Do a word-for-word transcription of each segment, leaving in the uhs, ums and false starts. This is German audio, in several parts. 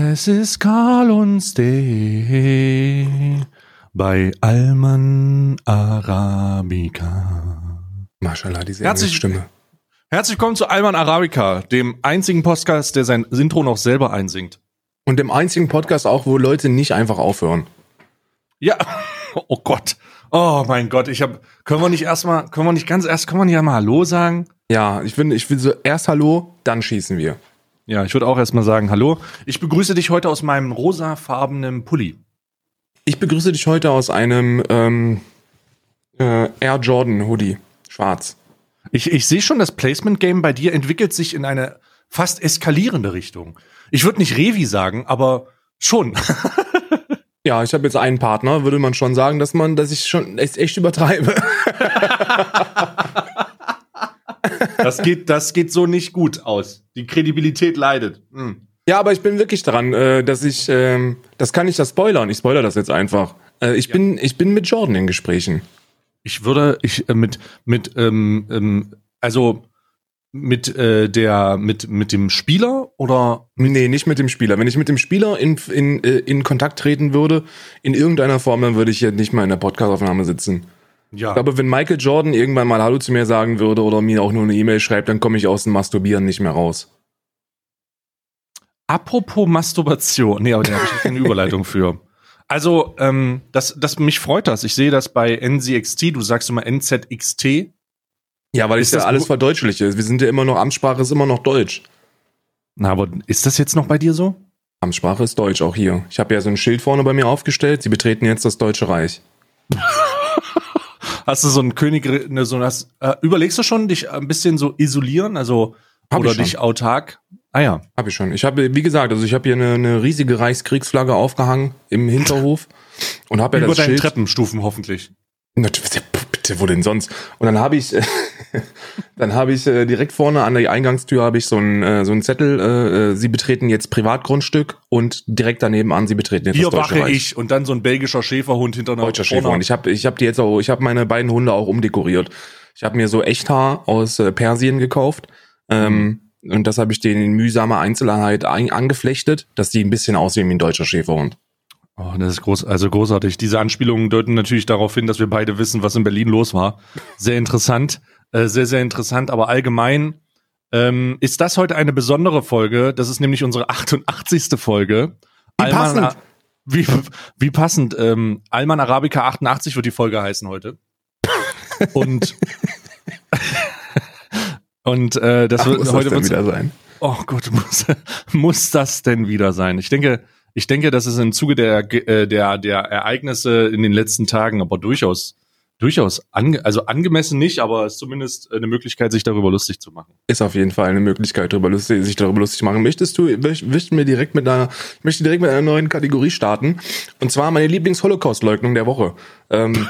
Es ist Karl und Stay bei Alman Arabica. Maschallah, diese Herzlich, Stimme. Herzlich willkommen zu Alman Arabica, dem einzigen Podcast, der sein Intro noch selber einsingt. Und dem einzigen Podcast auch, wo Leute nicht einfach aufhören. Ja, oh Gott. Oh mein Gott, ich hab, können wir nicht erstmal, können wir nicht ganz erst, können wir nicht einmal Hallo sagen? Ja, ich finde, ich will so erst Hallo, dann schießen wir. Ja, ich würde auch erstmal sagen Hallo. Ich begrüße dich heute aus meinem rosafarbenen Pulli. Ich begrüße dich heute aus einem ähm, äh, Air Jordan Hoodie, schwarz. Ich, ich sehe schon, das Placement-Game bei dir entwickelt sich in eine fast eskalierende Richtung. Ich würde nicht Revi sagen, aber schon. Ja, ich habe jetzt einen Partner, würde man schon sagen, dass man, dass ich schon echt übertreibe. Das geht, das geht so nicht gut aus. Die Kredibilität leidet. Hm. Ja, aber ich bin wirklich dran, äh, dass ich, ähm, das kann ich ja spoilern. Ich spoilere das jetzt einfach. Äh, ich ja. bin, ich bin mit Jordan in Gesprächen. Ich würde, ich äh, mit, mit, ähm, ähm, also mit äh, der, mit mit dem Spieler oder? Nee, nicht mit dem Spieler. Wenn ich mit dem Spieler in in äh, in Kontakt treten würde, in irgendeiner Form, dann würde ich hier nicht mal in der Podcastaufnahme sitzen. Ja. Ich glaube, wenn Michael Jordan irgendwann mal Hallo zu mir sagen würde oder mir auch nur eine E-Mail schreibt, dann komme ich aus dem Masturbieren nicht mehr raus. Apropos Masturbation. Nee, aber da habe ich keine Überleitung für. Also, ähm, das, das, mich freut das. Ich sehe das bei N Z X T. Du sagst immer N Z X T. Ja, weil ich ja alles verdeutschliche. Wir sind ja immer noch, Amtssprache ist immer noch Deutsch. Na, aber ist das jetzt noch bei dir so? Amtssprache ist Deutsch, auch hier. Ich habe ja so ein Schild vorne bei mir aufgestellt. Sie betreten jetzt das Deutsche Reich. Hast du so ein König, ne, so hast, äh, überlegst du schon, dich ein bisschen so isolieren, also hab oder dich autark? Ah ja. Hab ich schon. Ich habe, wie gesagt, also ich habe hier eine, eine riesige Reichskriegsflagge aufgehangen im Hinterhof und habe ja das Schild. Über deinen Schild, Treppenstufen hoffentlich. Bitte, wo denn sonst? Und dann habe ich, äh, dann habe ich äh, direkt vorne an der Eingangstür habe ich so einen äh, so einen Zettel. Äh, Sie betreten jetzt Privatgrundstück und direkt daneben an Sie betreten jetzt Hier das Deutsche wache Reich. ich und dann so ein belgischer Schäferhund hinter einer Deutscher Schäferhund. Ich habe ich habe die jetzt auch, ich habe meine beiden Hunde auch umdekoriert. Ich habe mir so Echthaar aus äh, Persien gekauft. Ähm, mhm. Und das habe ich denen in mühsamer Einzelheit ein, angeflechtet, dass die ein bisschen aussehen wie ein deutscher Schäferhund. Oh, das ist groß, also großartig. Diese Anspielungen deuten natürlich darauf hin, dass wir beide wissen, was in Berlin los war. Sehr interessant, äh, sehr, sehr interessant. Aber allgemein ähm, ist das heute eine besondere Folge. Das ist nämlich unsere achtundachtzigste Folge. Wie Alman, passend. Wie, wie passend. Ähm, Alman Arabica achtundachtzig wird die Folge heißen heute. Und und äh, das Ach, wird muss heute das denn wird's, wieder sein. Oh Gott, muss, muss das denn wieder sein? Ich denke, ich denke, dass es im Zuge der äh, der der Ereignisse in den letzten Tagen aber durchaus durchaus ange, also angemessen nicht, aber es ist zumindest eine Möglichkeit, sich darüber lustig zu machen. Ist auf jeden Fall eine Möglichkeit, darüber lustig, sich darüber lustig zu machen. Möchtest du, möchten wir direkt mit einer, ich möchte direkt mit einer neuen Kategorie starten. Und zwar meine Lieblings-Holocaust-Leugnung der Woche. Ähm,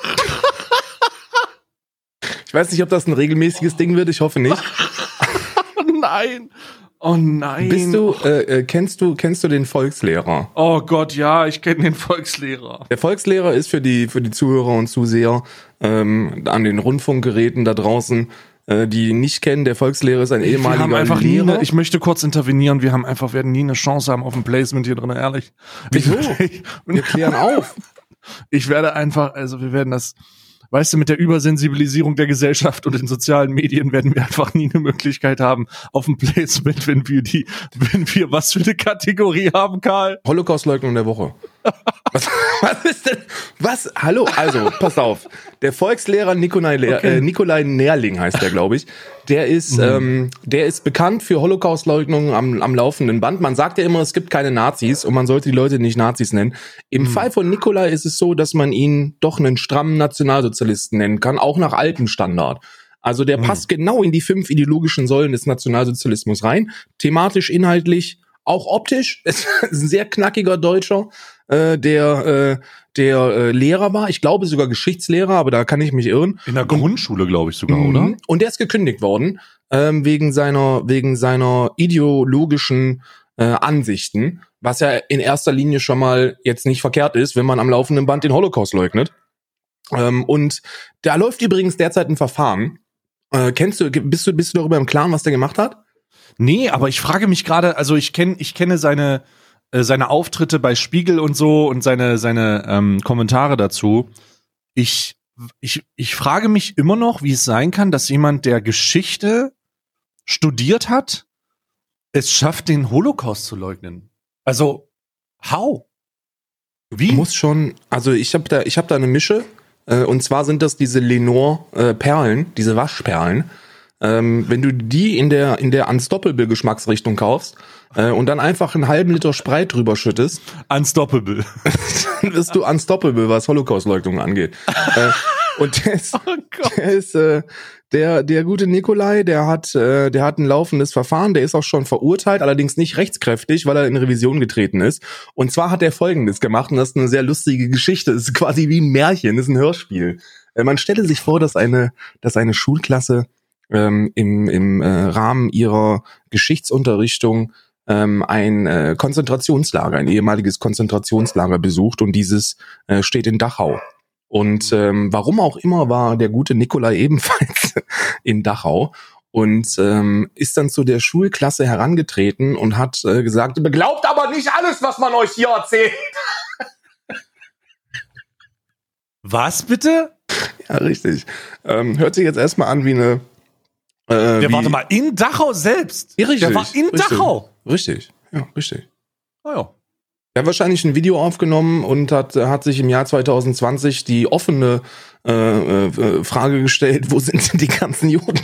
ich weiß nicht, ob das ein regelmäßiges Ding wird. Ich hoffe nicht. Nein. Oh nein. Bist du, äh, kennst du, kennst du den Volkslehrer? Oh Gott, ja, ich kenne den Volkslehrer. Der Volkslehrer ist für die, für die Zuhörer und Zuseher ähm, an den Rundfunkgeräten da draußen, äh, die ihn nicht kennen. Der Volkslehrer ist ein ehemaliger wir haben einfach Lehrer. Nie eine, ich möchte kurz intervenieren. Wir haben einfach, werden nie eine Chance haben auf ein Placement hier drin, ehrlich. Wieso? Ich, wir klären auf. Ich werde einfach, also wir werden das, weißt du, mit der Übersensibilisierung der Gesellschaft und den sozialen Medien werden wir einfach nie eine Möglichkeit haben auf ein Placement, wenn wir die, wenn wir was für eine Kategorie haben, Karl. Holocaust-Leugnung der Woche. Was, was ist denn? Was? Hallo? Also, pass auf. Der Volkslehrer Nikolai, okay. äh, Nikolai Nerling heißt der, glaube ich. Der ist, mhm. ähm, der ist bekannt für Holocaust-Leugnungen am, am laufenden Band. Man sagt ja immer, es gibt keine Nazis und man sollte die Leute nicht Nazis nennen. Im mhm. Fall von Nikolai ist es so, dass man ihn doch einen strammen Nationalsozialisten nennen kann, auch nach altem Standard. Also der mhm. passt genau in die fünf ideologischen Säulen des Nationalsozialismus rein. Thematisch, inhaltlich, auch optisch. Es ist ein sehr knackiger Deutscher, äh, der äh, der äh, Lehrer war. Ich glaube sogar Geschichtslehrer, aber da kann ich mich irren. In der Grundschule, glaube ich sogar, mhm. oder? Und der ist gekündigt worden ähm, wegen seiner wegen seiner ideologischen äh, Ansichten, was ja in erster Linie schon mal jetzt nicht verkehrt ist, wenn man am laufenden Band den Holocaust leugnet. Ähm, und da läuft übrigens derzeit ein Verfahren. Äh, kennst du, bist du, bist du darüber im Klaren, was der gemacht hat? Nee, aber ich frage mich gerade, also ich kenne, ich kenne seine, äh, seine Auftritte bei Spiegel und so und seine, seine ähm, Kommentare dazu. Ich, ich, ich frage mich immer noch, wie es sein kann, dass jemand, der Geschichte studiert hat, es schafft, den Holocaust zu leugnen. Also, how? Wie? Muss schon, also ich habe da, ich habe da eine Mische, äh, und zwar sind das diese Lenore-Perlen, äh, diese Waschperlen. Ähm, wenn du die in der in der Unstoppable-Geschmacksrichtung kaufst äh, und dann einfach einen halben Liter Sprite drüber schüttest, Unstoppable, dann wirst du unstoppable, was Holocaust-Leugnung angeht. äh, und der ist, oh der, ist äh, der der gute Nikolai, der hat äh, der hat ein laufendes Verfahren, der ist auch schon verurteilt, allerdings nicht rechtskräftig, weil er in Revision getreten ist. Und zwar hat er Folgendes gemacht, und das ist eine sehr lustige Geschichte. Das ist quasi wie ein Märchen, das ist ein Hörspiel. Äh, man stelle sich vor, dass eine dass eine Schulklasse ähm, im im äh, Rahmen ihrer Geschichtsunterrichtung ähm, ein äh, Konzentrationslager, ein ehemaliges Konzentrationslager besucht, und dieses äh, steht in Dachau. Und ähm, warum auch immer war der gute Nikolai ebenfalls in Dachau und ähm, ist dann zu der Schulklasse herangetreten und hat äh, gesagt, glaubt aber nicht alles, was man euch hier erzählt. Was bitte? Ja, richtig. Ähm, hört sich jetzt erstmal an wie eine Äh, der wie, warte mal, in Dachau selbst? Ja, richtig. Der war in richtig, Dachau? Richtig, ja, richtig. Ah ja. Er hat wahrscheinlich ein Video aufgenommen und hat hat sich im Jahr zwanzig zwanzig die offene äh, äh, Frage gestellt, wo sind denn die ganzen Juden?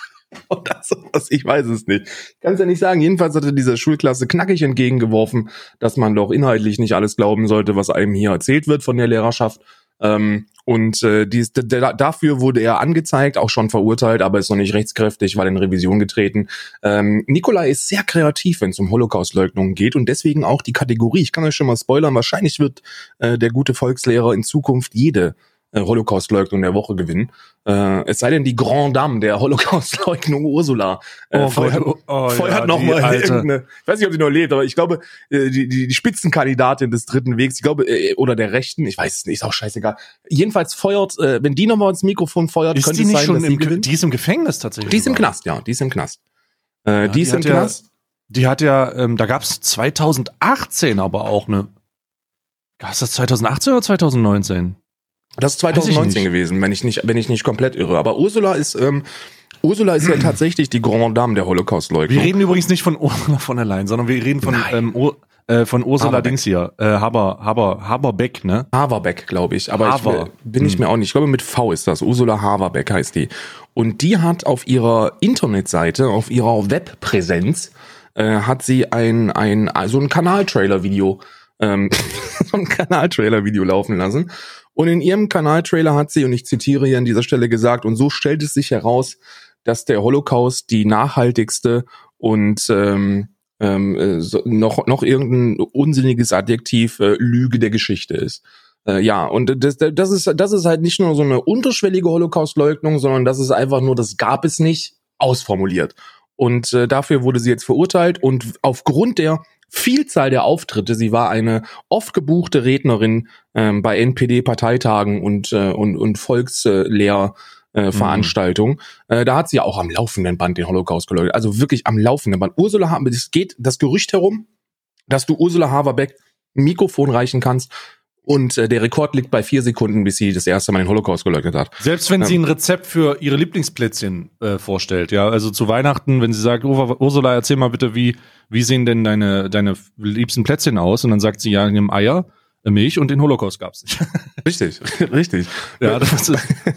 Oder sowas, ich weiß es nicht. Ich kann es ja nicht sagen. Jedenfalls hatte dieser Schulklasse knackig entgegengeworfen, dass man doch inhaltlich nicht alles glauben sollte, was einem hier erzählt wird von der Lehrerschaft. Ähm, und äh, dies, d- d- dafür wurde er angezeigt, auch schon verurteilt, aber ist noch nicht rechtskräftig, weil in Revision getreten. Ähm, Nikolai ist sehr kreativ, wenn es um Holocaustleugnung geht, und deswegen auch die Kategorie. Ich kann euch schon mal spoilern, wahrscheinlich wird äh, der gute Volkslehrer in Zukunft jede äh, Holocaustleugnung der Woche gewinnen. Äh, es sei denn, die Grand Dame der Holocaustleugnung Ursula äh, Oh, feuert, oh, oh, feuert ja, noch mal alte. irgendeine, ich weiß nicht, ob sie noch lebt, aber ich glaube, äh, die, die, die Spitzenkandidatin des dritten Wegs, ich glaube, äh, oder der Rechten, ich weiß es nicht, ist auch scheißegal. Jedenfalls feuert, äh, wenn die noch mal ins Mikrofon feuert, ist könnte die es nicht sein, schon dass im, sie gewinnt. Die ist im Gefängnis tatsächlich. Die ist im sogar. Knast, ja, die ist im Knast. Äh, Ja, die, die ist im hat ja- Knast. Die hat ja, ähm, da gab es zwanzig achtzehn aber auch eine. Gab es das zwanzig achtzehn oder zwanzig neunzehn? Das ist Weiß ich zwanzig neunzehn nicht. gewesen, wenn ich nicht, wenn ich nicht komplett irre. Aber Ursula ist, ähm, Ursula ist ja tatsächlich die Grand Dame der Holocaustleugnung. Wir reden übrigens nicht von Ursula von der Leyen, sondern wir reden von, Nein. ähm, Ur, äh, von Ursula Haberbeck. Dings hier. Äh, Haber, Haber, Haberbeck, ne? Haverbeck, glaube ich. Aber Haver. ich bin ich Hm. mir auch nicht. Ich glaube, mit V ist das. Ursula Haverbeck heißt die. Und die hat auf ihrer Internetseite, auf ihrer Webpräsenz, äh, hat sie ein, ein, also ein Kanaltrailer-Video, ähm, so ein Kanaltrailer-Video laufen lassen. Und in ihrem Kanaltrailer hat sie, und ich zitiere hier an dieser Stelle gesagt, und so stellt es sich heraus, dass der Holocaust die nachhaltigste und ähm, ähm, äh, so, noch noch irgendein unsinniges Adjektiv äh, Lüge der Geschichte ist. Äh, ja, und das, das ist das ist halt nicht nur so eine unterschwellige Holocaustleugnung, sondern das ist einfach nur, das gab es nicht, ausformuliert. Und äh, dafür wurde sie jetzt verurteilt, und aufgrund der Vielzahl der Auftritte, sie war eine oft gebuchte Rednerin ähm, bei N P D-Parteitagen und äh, und und Volkslehr äh, Veranstaltungen. Mhm. Äh, da hat sie auch am laufenden Band den Holocaust geleugnet. Also wirklich am laufenden Band. Ursula Haberbeck, es geht das Gerücht herum, dass du Ursula Haberbeck ein Mikrofon reichen kannst, und äh, der Rekord liegt bei vier Sekunden, bis sie das erste Mal den Holocaust geleugnet hat. Selbst wenn Ähm. sie ein Rezept für ihre Lieblingsplätzchen äh, vorstellt, ja, also zu Weihnachten, wenn sie sagt, Ur- Ursula, erzähl mal bitte, wie wie sehen denn deine deine liebsten Plätzchen aus? Und dann sagt sie, ja, in dem Eier, äh, Milch, und den Holocaust gab's nicht. Richtig, richtig. Ja, das ist,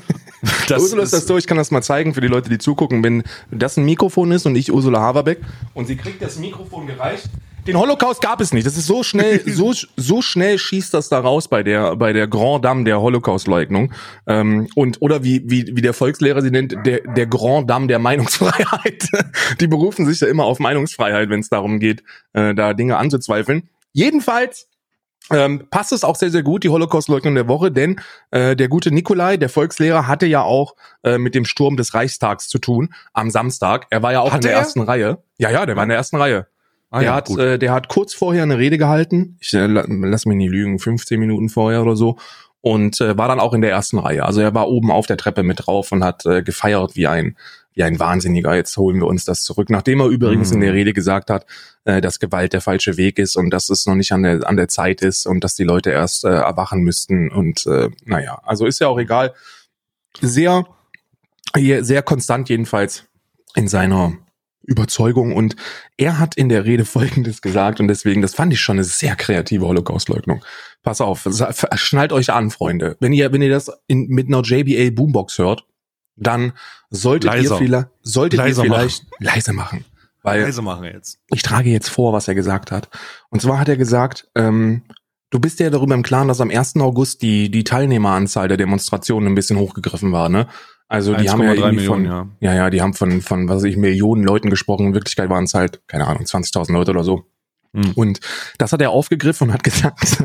das Ursula ist das so, ich kann das mal zeigen für die Leute, die zugucken, wenn das ein Mikrofon ist und ich Ursula Haberbeck und sie kriegt das Mikrofon gereicht. Den Holocaust gab es nicht. Das ist so schnell, so so schnell schießt das da raus bei der bei der Grand Dame der Holocaustleugnung. Ähm, und oder wie wie wie der Volkslehrer sie nennt, der der Grand Dame der Meinungsfreiheit. Die berufen sich ja immer auf Meinungsfreiheit, wenn es darum geht, äh, da Dinge anzuzweifeln. Jedenfalls Ähm, passt es auch sehr, sehr gut, die Holocaustleugnung der Woche, denn äh, der gute Nikolai, der Volkslehrer, hatte ja auch äh, mit dem Sturm des Reichstags zu tun am Samstag. Er war ja auch Hatte in der er? ersten Reihe. Ja, ja, der war in der ersten Reihe. Ah, der, ja, hat, gut. äh, der hat kurz vorher eine Rede gehalten. Ich äh, la- lass mich nicht lügen, fünfzehn Minuten vorher oder so. Und äh, war dann auch in der ersten Reihe. Also er war oben auf der Treppe mit drauf und hat äh, gefeiert wie ein ja, ein Wahnsinniger, jetzt holen wir uns das zurück. Nachdem er übrigens mhm. in der Rede gesagt hat, äh, dass Gewalt der falsche Weg ist und dass es noch nicht an der, an der Zeit ist und dass die Leute erst äh, erwachen müssten. Und äh, naja, also ist ja auch egal. Sehr, sehr konstant jedenfalls in seiner Überzeugung. Und er hat in der Rede Folgendes gesagt und deswegen, das fand ich schon eine sehr kreative Holocaust-Leugnung. Pass auf, schnallt euch an, Freunde. Wenn ihr, wenn ihr das in, mit einer J B L Boombox hört, dann solltet Leiser. ihr vielleicht, solltet Leiser ihr vielleicht machen. leise machen. Weil leise machen jetzt. Ich trage jetzt vor, was er gesagt hat. Und zwar hat er gesagt, ähm, du bist ja darüber im Klaren, dass am ersten August die, die Teilnehmeranzahl der Demonstrationen ein bisschen hochgegriffen war, ne? Also die haben ja irgendwie Millionen, von, ja. ja, ja, die haben von, von, was weiß ich, Millionen Leuten gesprochen. In Wirklichkeit waren es halt, keine Ahnung, zwanzigtausend Leute oder so. Mhm. Und das hat er aufgegriffen und hat gesagt,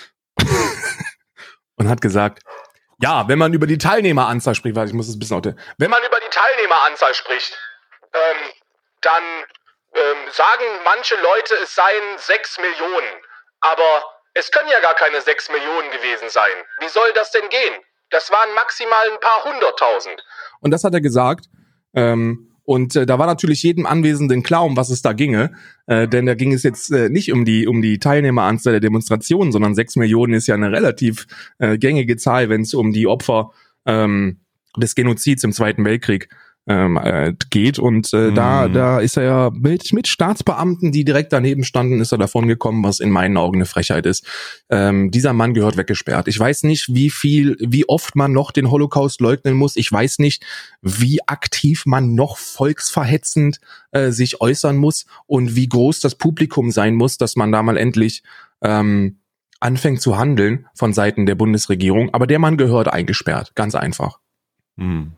und hat gesagt, ja, wenn man über die Teilnehmeranzahl spricht, warte, ich muss es ein bisschen heute, wenn man über die Teilnehmeranzahl spricht, ähm, dann ähm, sagen manche Leute, es seien sechs Millionen. Aber es können ja gar keine sechs Millionen gewesen sein. Wie soll das denn gehen? Das waren maximal ein paar hunderttausend. Und das hat er gesagt. Ähm, und äh, da war natürlich jedem Anwesenden klar, um was es da ginge. Äh, denn da ging es jetzt äh, nicht um die um die Teilnehmeranzahl der Demonstrationen, sondern sechs Millionen ist ja eine relativ äh, gängige Zahl, wenn es um die Opfer ähm, des Genozids im Zweiten Weltkrieg ähm, äh, geht. Und äh, mhm. da da ist er ja mit, mit Staatsbeamten, die direkt daneben standen, ist er davon gekommen, was in meinen Augen eine Frechheit ist. Ähm, dieser Mann gehört weggesperrt. Ich weiß nicht, wie viel, wie oft man noch den Holocaust leugnen muss. Ich weiß nicht, wie aktiv man noch volksverhetzend äh, sich äußern muss und wie groß das Publikum sein muss, dass man da mal endlich ähm, anfängt zu handeln von Seiten der Bundesregierung. Aber der Mann gehört eingesperrt. Ganz einfach. Mhm.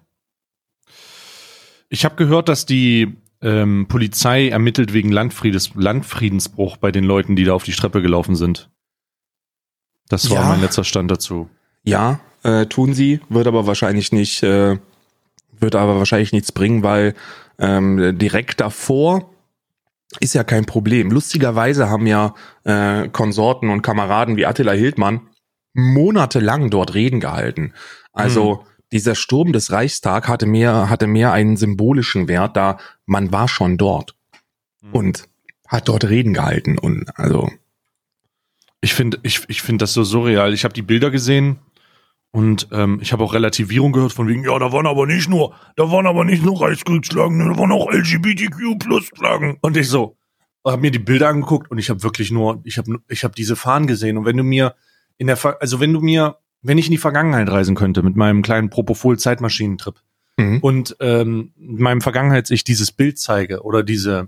Ich habe gehört, dass die ähm, Polizei ermittelt wegen Landfriedes, Landfriedensbruch bei den Leuten, die da auf die Streppe gelaufen sind. Das war ja. mein letzter Stand dazu. Ja, äh, tun sie, wird aber wahrscheinlich nicht, äh, wird aber wahrscheinlich nichts bringen, weil ähm, direkt davor ist ja kein Problem. Lustigerweise haben ja äh, Konsorten und Kameraden wie Attila Hildmann monatelang dort Reden gehalten. Also hm. dieser Sturm des Reichstag hatte mehr, hatte mehr einen symbolischen Wert, da man war schon dort mhm. und hat dort Reden gehalten und also. Ich finde, ich, ich finde das so surreal. Ich habe die Bilder gesehen und ähm, ich habe auch Relativierung gehört von wegen, ja, da waren aber nicht nur, da waren aber nicht nur Reichskriegsflaggen, da waren auch L G B T Q Plus Flaggen. Und ich so, habe mir die Bilder angeguckt und ich habe wirklich nur, ich habe, ich habe diese Fahnen gesehen. Und wenn du mir in der, also wenn du mir Wenn ich in die Vergangenheit reisen könnte mit meinem kleinen Propofol-Zeitmaschinentrip mhm. und ähm, meinem Vergangenheits-Ich dieses Bild zeige oder diese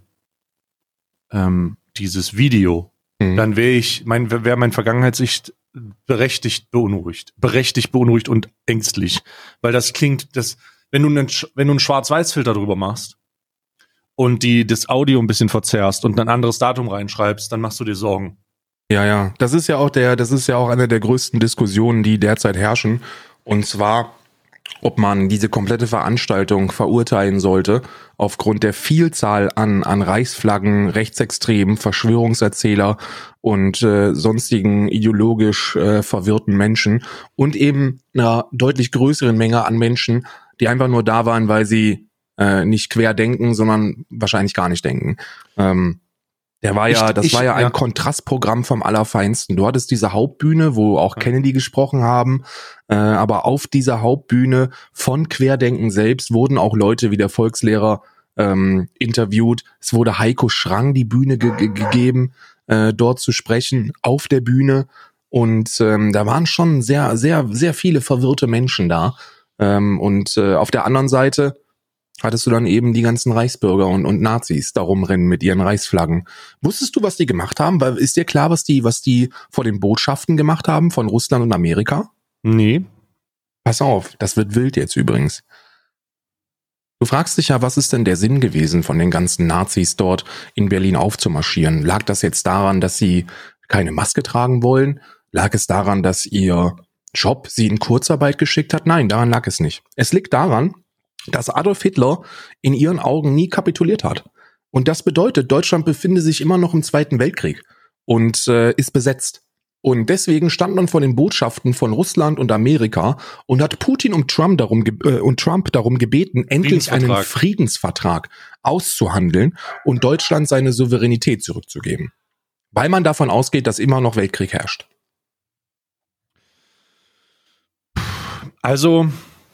ähm, dieses Video, mhm. dann wäre ich, mein wäre mein Vergangenheits-Ich berechtigt beunruhigt, berechtigt beunruhigt und ängstlich, weil das klingt, das wenn du einen wenn du einen Schwarz-Weiß-Filter drüber machst und die das Audio ein bisschen verzerrst und ein anderes Datum reinschreibst, dann machst du dir Sorgen. Ja, ja, das ist ja auch der, das ist ja auch eine der größten Diskussionen, die derzeit herrschen. Und zwar, ob man diese komplette Veranstaltung verurteilen sollte, aufgrund der Vielzahl an, an Reichsflaggen, Rechtsextremen, Verschwörungserzähler und äh, sonstigen ideologisch äh, verwirrten Menschen und eben einer deutlich größeren Menge an Menschen, die einfach nur da waren, weil sie äh, nicht quer denken, sondern wahrscheinlich gar nicht denken. Ähm, Der war ja, das ich, war ja ein ja. Kontrastprogramm vom Allerfeinsten. Du hattest diese Hauptbühne, wo auch ja. Kennedy gesprochen haben, äh, aber auf dieser Hauptbühne von Querdenken selbst wurden auch Leute wie der Volkslehrer ähm, interviewt. Es wurde Heiko Schrang die Bühne ge- ge- gegeben, äh, dort zu sprechen, auf der Bühne. Und ähm, da waren schon sehr, sehr, sehr viele verwirrte Menschen da. Ähm, und äh, auf der anderen Seite hattest du dann eben die ganzen Reichsbürger und, und Nazis da rumrennen mit ihren Reichsflaggen. Wusstest du, was die gemacht haben? Weil ist dir klar, was die, was die vor den Botschaften gemacht haben von Russland und Amerika? Nee. Pass auf, das wird wild jetzt übrigens. Du fragst dich ja, was ist denn der Sinn gewesen von den ganzen Nazis dort in Berlin aufzumarschieren? Lag das jetzt daran, dass sie keine Maske tragen wollen? Lag es daran, dass ihr Job sie in Kurzarbeit geschickt hat? Nein, daran lag es nicht. Es liegt daran, dass Adolf Hitler in ihren Augen nie kapituliert hat. Und das bedeutet, Deutschland befindet sich immer noch im Zweiten Weltkrieg und äh, ist besetzt. Und deswegen stand man vor den Botschaften von Russland und Amerika und hat Putin und Trump darum, ge- äh, und Trump darum gebeten, endlich einen Friedensvertrag auszuhandeln und Deutschland seine Souveränität zurückzugeben. Weil man davon ausgeht, dass immer noch Weltkrieg herrscht. Also,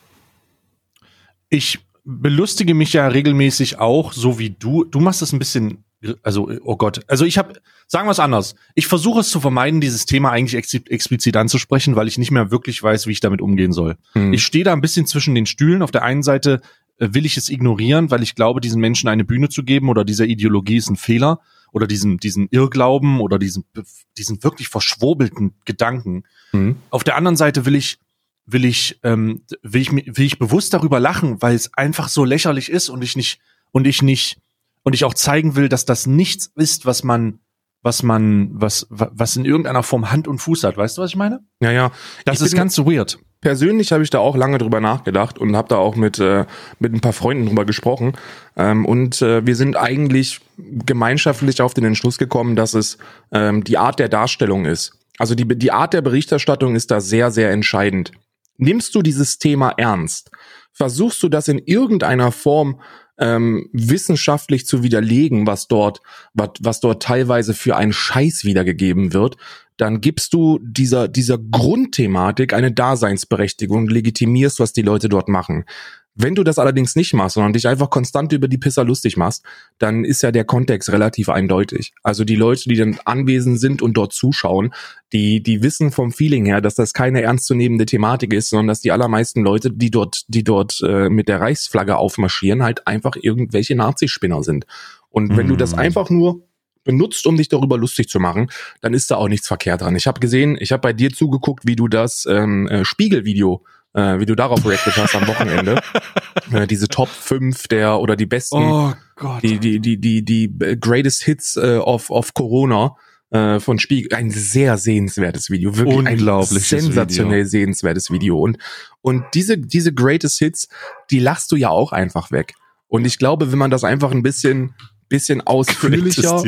ich belustige mich ja regelmäßig auch, so wie du. Du machst das ein bisschen, also, oh Gott. Also ich habe, sagen wir es anders. Ich versuche es zu vermeiden, dieses Thema eigentlich ex- explizit anzusprechen, weil ich nicht mehr wirklich weiß, wie ich damit umgehen soll. Mhm. Ich stehe da ein bisschen zwischen den Stühlen. Auf der einen Seite äh, will ich es ignorieren, weil ich glaube, diesen Menschen eine Bühne zu geben oder dieser Ideologie ist ein Fehler oder diesen, diesen Irrglauben oder diesen, diesen wirklich verschwurbelten Gedanken. Mhm. Auf der anderen Seite will ich will ich, ähm, will ich, will ich bewusst darüber lachen, weil es einfach so lächerlich ist und ich nicht, und ich nicht, und ich auch zeigen will, dass das nichts ist, was man, was man, was, was in irgendeiner Form Hand und Fuß hat. Weißt du, was ich meine? Ja, ja. Das ist ganz weird. Persönlich habe ich da auch lange drüber nachgedacht und habe da auch mit, äh, mit ein paar Freunden drüber gesprochen. Ähm, und äh, wir sind eigentlich gemeinschaftlich auf den Entschluss gekommen, dass es ähm, die Art der Darstellung ist. Also die, die Art der Berichterstattung ist da sehr, sehr entscheidend. Nimmst du dieses Thema ernst? Versuchst du das in irgendeiner Form ähm, wissenschaftlich zu widerlegen, was dort, was, was dort teilweise für einen Scheiß wiedergegeben wird? Dann gibst du dieser, dieser Grundthematik eine Daseinsberechtigung und legitimierst, was die Leute dort machen. Wenn du das allerdings nicht machst, sondern dich einfach konstant über die Pisser lustig machst, dann ist ja der Kontext relativ eindeutig. Also die Leute, die dann anwesend sind und dort zuschauen, die die wissen vom Feeling her, dass das keine ernstzunehmende Thematik ist, sondern dass die allermeisten Leute, die dort die dort äh, mit der Reichsflagge aufmarschieren, halt einfach irgendwelche Nazispinner sind. Und wenn mm. du das einfach nur benutzt, um dich darüber lustig zu machen, dann ist da auch nichts verkehrt dran. Ich habe gesehen, ich habe bei dir zugeguckt, wie du das ähm, äh, Spiegel-Video Äh, wie du darauf reacted hast am Wochenende. äh, diese Top fünf der oder die besten, oh Gott. die die die die die greatest Hits äh, of of Corona äh, von Spiegel. Ein sehr sehenswertes Video, wirklich Unglaubliches ein sensationell Video. sehenswertes Video. Und und diese diese greatest Hits, die lachst du ja auch einfach weg. Und ich glaube, wenn man das einfach ein bisschen bisschen ausführlicher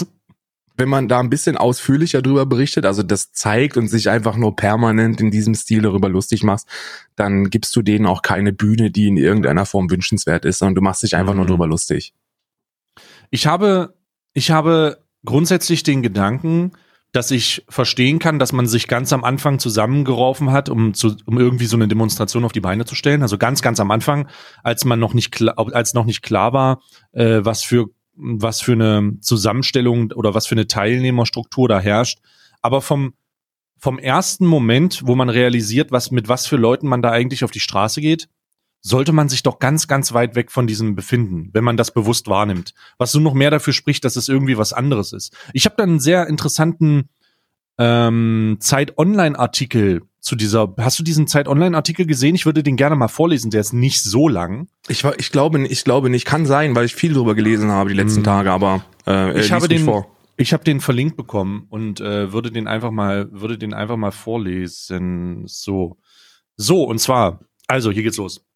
wenn man da ein bisschen ausführlicher drüber berichtet, also das zeigt und sich einfach nur permanent in diesem Stil darüber lustig machst, dann gibst du denen auch keine Bühne, die in irgendeiner Form wünschenswert ist, sondern du machst dich einfach mhm. nur drüber lustig. Ich habe, ich habe grundsätzlich den Gedanken, dass ich verstehen kann, dass man sich ganz am Anfang zusammengeworfen hat, um zu, um irgendwie so eine Demonstration auf die Beine zu stellen. Also ganz, ganz am Anfang, als man noch nicht klar, als noch nicht klar war, äh, was für was für eine Zusammenstellung oder was für eine Teilnehmerstruktur da herrscht. Aber vom, vom ersten Moment, wo man realisiert, was, mit was für Leuten man da eigentlich auf die Straße geht, sollte man sich doch ganz, ganz weit weg von diesem befinden, wenn man das bewusst wahrnimmt. Was so noch mehr dafür spricht, dass es irgendwie was anderes ist. Ich habe da einen sehr interessanten ähm, Zeit-Online-Artikel zu dieser, hast du diesen Zeit-Online-Artikel gesehen? Ich würde den gerne mal vorlesen, der ist nicht so lang. Ich, ich glaube, ich glaube nicht, kann sein, weil ich viel drüber gelesen habe die letzten mm. Tage, aber äh, ich habe den, vor. ich habe den verlinkt bekommen und äh, würde den einfach mal, würde den einfach mal vorlesen. So, so und zwar, also hier geht's los.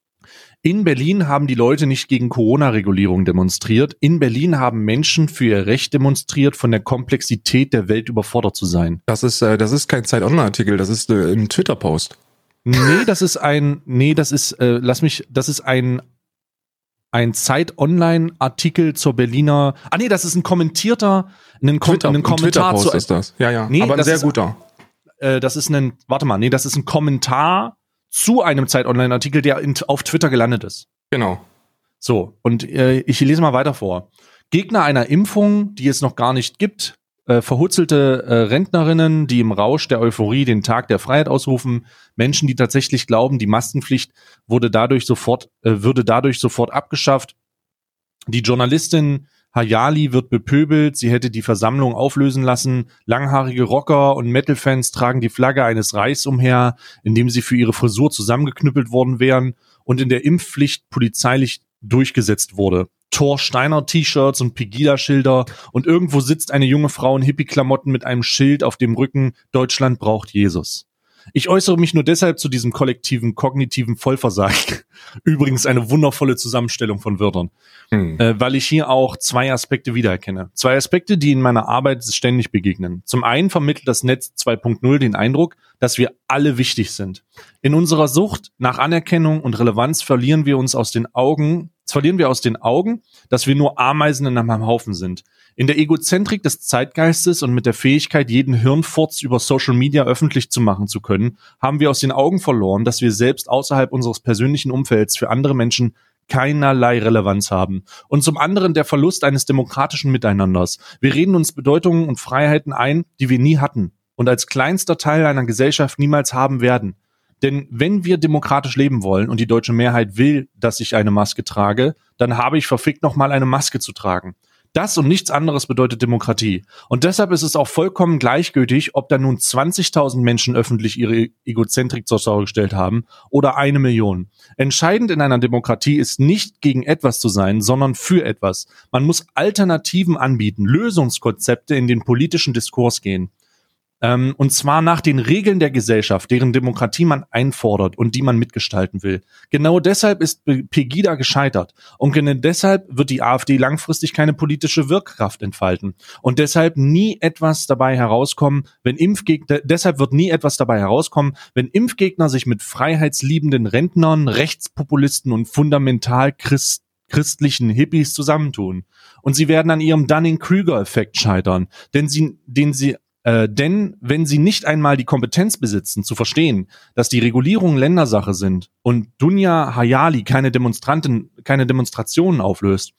In Berlin haben die Leute nicht gegen Corona-Regulierung demonstriert. In Berlin haben Menschen für ihr Recht demonstriert, von der Komplexität der Welt überfordert zu sein. Das ist, äh, das ist kein Zeit-Online-Artikel, das ist äh, ein Twitter-Post. Nee, das ist ein, nee, das ist, äh, lass mich, das ist ein, ein Zeit-Online-Artikel zur Berliner, ah nee, das ist ein kommentierter, ein, Kom- Twitter, ein Kommentar ein zu, ist das. Ja, ja, nee, aber ein das sehr ist, guter. Äh, das ist ein, warte mal, nee, das ist ein Kommentar zu einem Zeit-Online-Artikel, der in, auf Twitter gelandet ist. Genau. So, und äh, ich lese mal weiter vor. Gegner einer Impfung, die es noch gar nicht gibt, äh, verhutzelte äh, Rentnerinnen, die im Rausch der Euphorie den Tag der Freiheit ausrufen, Menschen, die tatsächlich glauben, die Maskenpflicht wurde dadurch sofort, äh, würde dadurch sofort abgeschafft. Die Journalistin Hayali wird bepöbelt, sie hätte die Versammlung auflösen lassen. Langhaarige Rocker und Metal-Fans tragen die Flagge eines Reichs umher, indem sie für ihre Frisur zusammengeknüppelt worden wären und in der Impfpflicht polizeilich durchgesetzt wurde. Thor Steiner-T-Shirts und Pegida-Schilder und irgendwo sitzt eine junge Frau in Hippie-Klamotten mit einem Schild auf dem Rücken, Deutschland braucht Jesus. Ich äußere mich nur deshalb zu diesem kollektiven, kognitiven Vollversagen. Übrigens eine wundervolle Zusammenstellung von Wörtern. Hm. Äh, weil ich hier auch zwei Aspekte wiedererkenne. Zwei Aspekte, die in meiner Arbeit ständig begegnen. Zum einen vermittelt das Netz zwei Punkt null den Eindruck, dass wir alle wichtig sind. In unserer Sucht nach Anerkennung und Relevanz verlieren wir uns aus den Augen, verlieren wir aus den Augen, dass wir nur Ameisen in einem Haufen sind. In der Egozentrik des Zeitgeistes und mit der Fähigkeit, jeden Hirnfurz über Social Media öffentlich zu machen zu können, haben wir aus den Augen verloren, dass wir selbst außerhalb unseres persönlichen Umfelds für andere Menschen keinerlei Relevanz haben. Und zum anderen der Verlust eines demokratischen Miteinanders. Wir reden uns Bedeutungen und Freiheiten ein, die wir nie hatten und als kleinster Teil einer Gesellschaft niemals haben werden. Denn wenn wir demokratisch leben wollen und die deutsche Mehrheit will, dass ich eine Maske trage, dann habe ich verfickt nochmal eine Maske zu tragen. Das und nichts anderes bedeutet Demokratie. Und deshalb ist es auch vollkommen gleichgültig, ob da nun zwanzigtausend Menschen öffentlich ihre Egozentrik zur Schau gestellt haben oder eine Million. Entscheidend in einer Demokratie ist nicht gegen etwas zu sein, sondern für etwas. Man muss Alternativen anbieten, Lösungskonzepte in den politischen Diskurs gehen. Ähm, und zwar nach den Regeln der Gesellschaft, deren Demokratie man einfordert und die man mitgestalten will. Genau deshalb ist Pegida gescheitert. Und genau deshalb wird die AfD langfristig keine politische Wirkkraft entfalten. Und deshalb nie etwas dabei herauskommen, wenn Impfgegner, deshalb wird nie etwas dabei herauskommen, wenn Impfgegner sich mit freiheitsliebenden Rentnern, Rechtspopulisten und fundamental Christ christlichen Hippies zusammentun. Und sie werden an ihrem Dunning-Kruger-Effekt scheitern, denn sie, den sie Äh, denn wenn sie nicht einmal die Kompetenz besitzen, zu verstehen, dass die Regulierungen Ländersache sind und Dunja Hayali keine Demonstranten, keine Demonstrationen auflöst,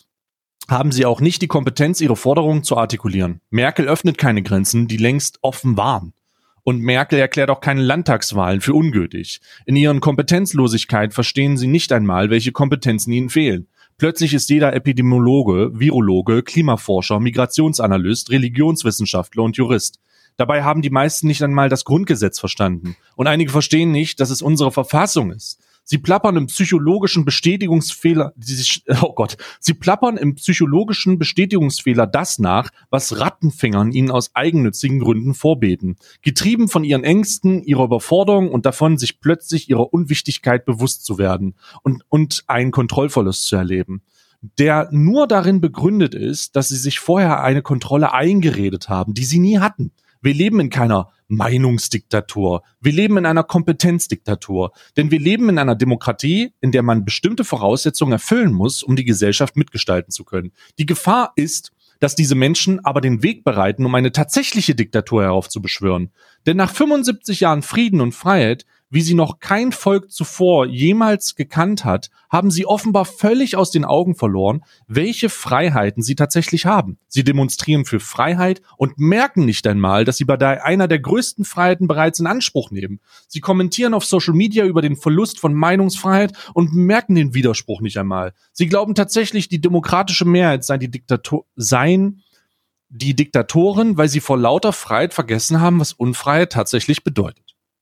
haben sie auch nicht die Kompetenz, ihre Forderungen zu artikulieren. Merkel öffnet keine Grenzen, die längst offen waren. Und Merkel erklärt auch keine Landtagswahlen für ungültig. In ihren Kompetenzlosigkeit verstehen sie nicht einmal, welche Kompetenzen ihnen fehlen. Plötzlich ist jeder Epidemiologe, Virologe, Klimaforscher, Migrationsanalyst, Religionswissenschaftler und Jurist. Dabei haben die meisten nicht einmal das Grundgesetz verstanden. Und einige verstehen nicht, dass es unsere Verfassung ist. Sie plappern im psychologischen Bestätigungsfehler, die sich, oh Gott, sie plappern im psychologischen Bestätigungsfehler das nach, was Rattenfängern ihnen aus eigennützigen Gründen vorbeten. Getrieben von ihren Ängsten, ihrer Überforderung und davon, sich plötzlich ihrer Unwichtigkeit bewusst zu werden und, und einen Kontrollverlust zu erleben, der nur darin begründet ist, dass sie sich vorher eine Kontrolle eingeredet haben, die sie nie hatten. Wir leben in keiner Meinungsdiktatur. Wir leben in einer Kompetenzdiktatur. Denn wir leben in einer Demokratie, in der man bestimmte Voraussetzungen erfüllen muss, um die Gesellschaft mitgestalten zu können. Die Gefahr ist, dass diese Menschen aber den Weg bereiten, um eine tatsächliche Diktatur heraufzubeschwören. Denn nach fünfundsiebzig Jahren Frieden und Freiheit, wie sie noch kein Volk zuvor jemals gekannt hat, haben sie offenbar völlig aus den Augen verloren, welche Freiheiten sie tatsächlich haben. Sie demonstrieren für Freiheit und merken nicht einmal, dass sie bei einer der größten Freiheiten bereits in Anspruch nehmen. Sie kommentieren auf Social Media über den Verlust von Meinungsfreiheit und merken den Widerspruch nicht einmal. Sie glauben tatsächlich, die demokratische Mehrheit sei die Diktator, seien die Diktatoren, weil sie vor lauter Freiheit vergessen haben, was Unfreiheit tatsächlich bedeutet.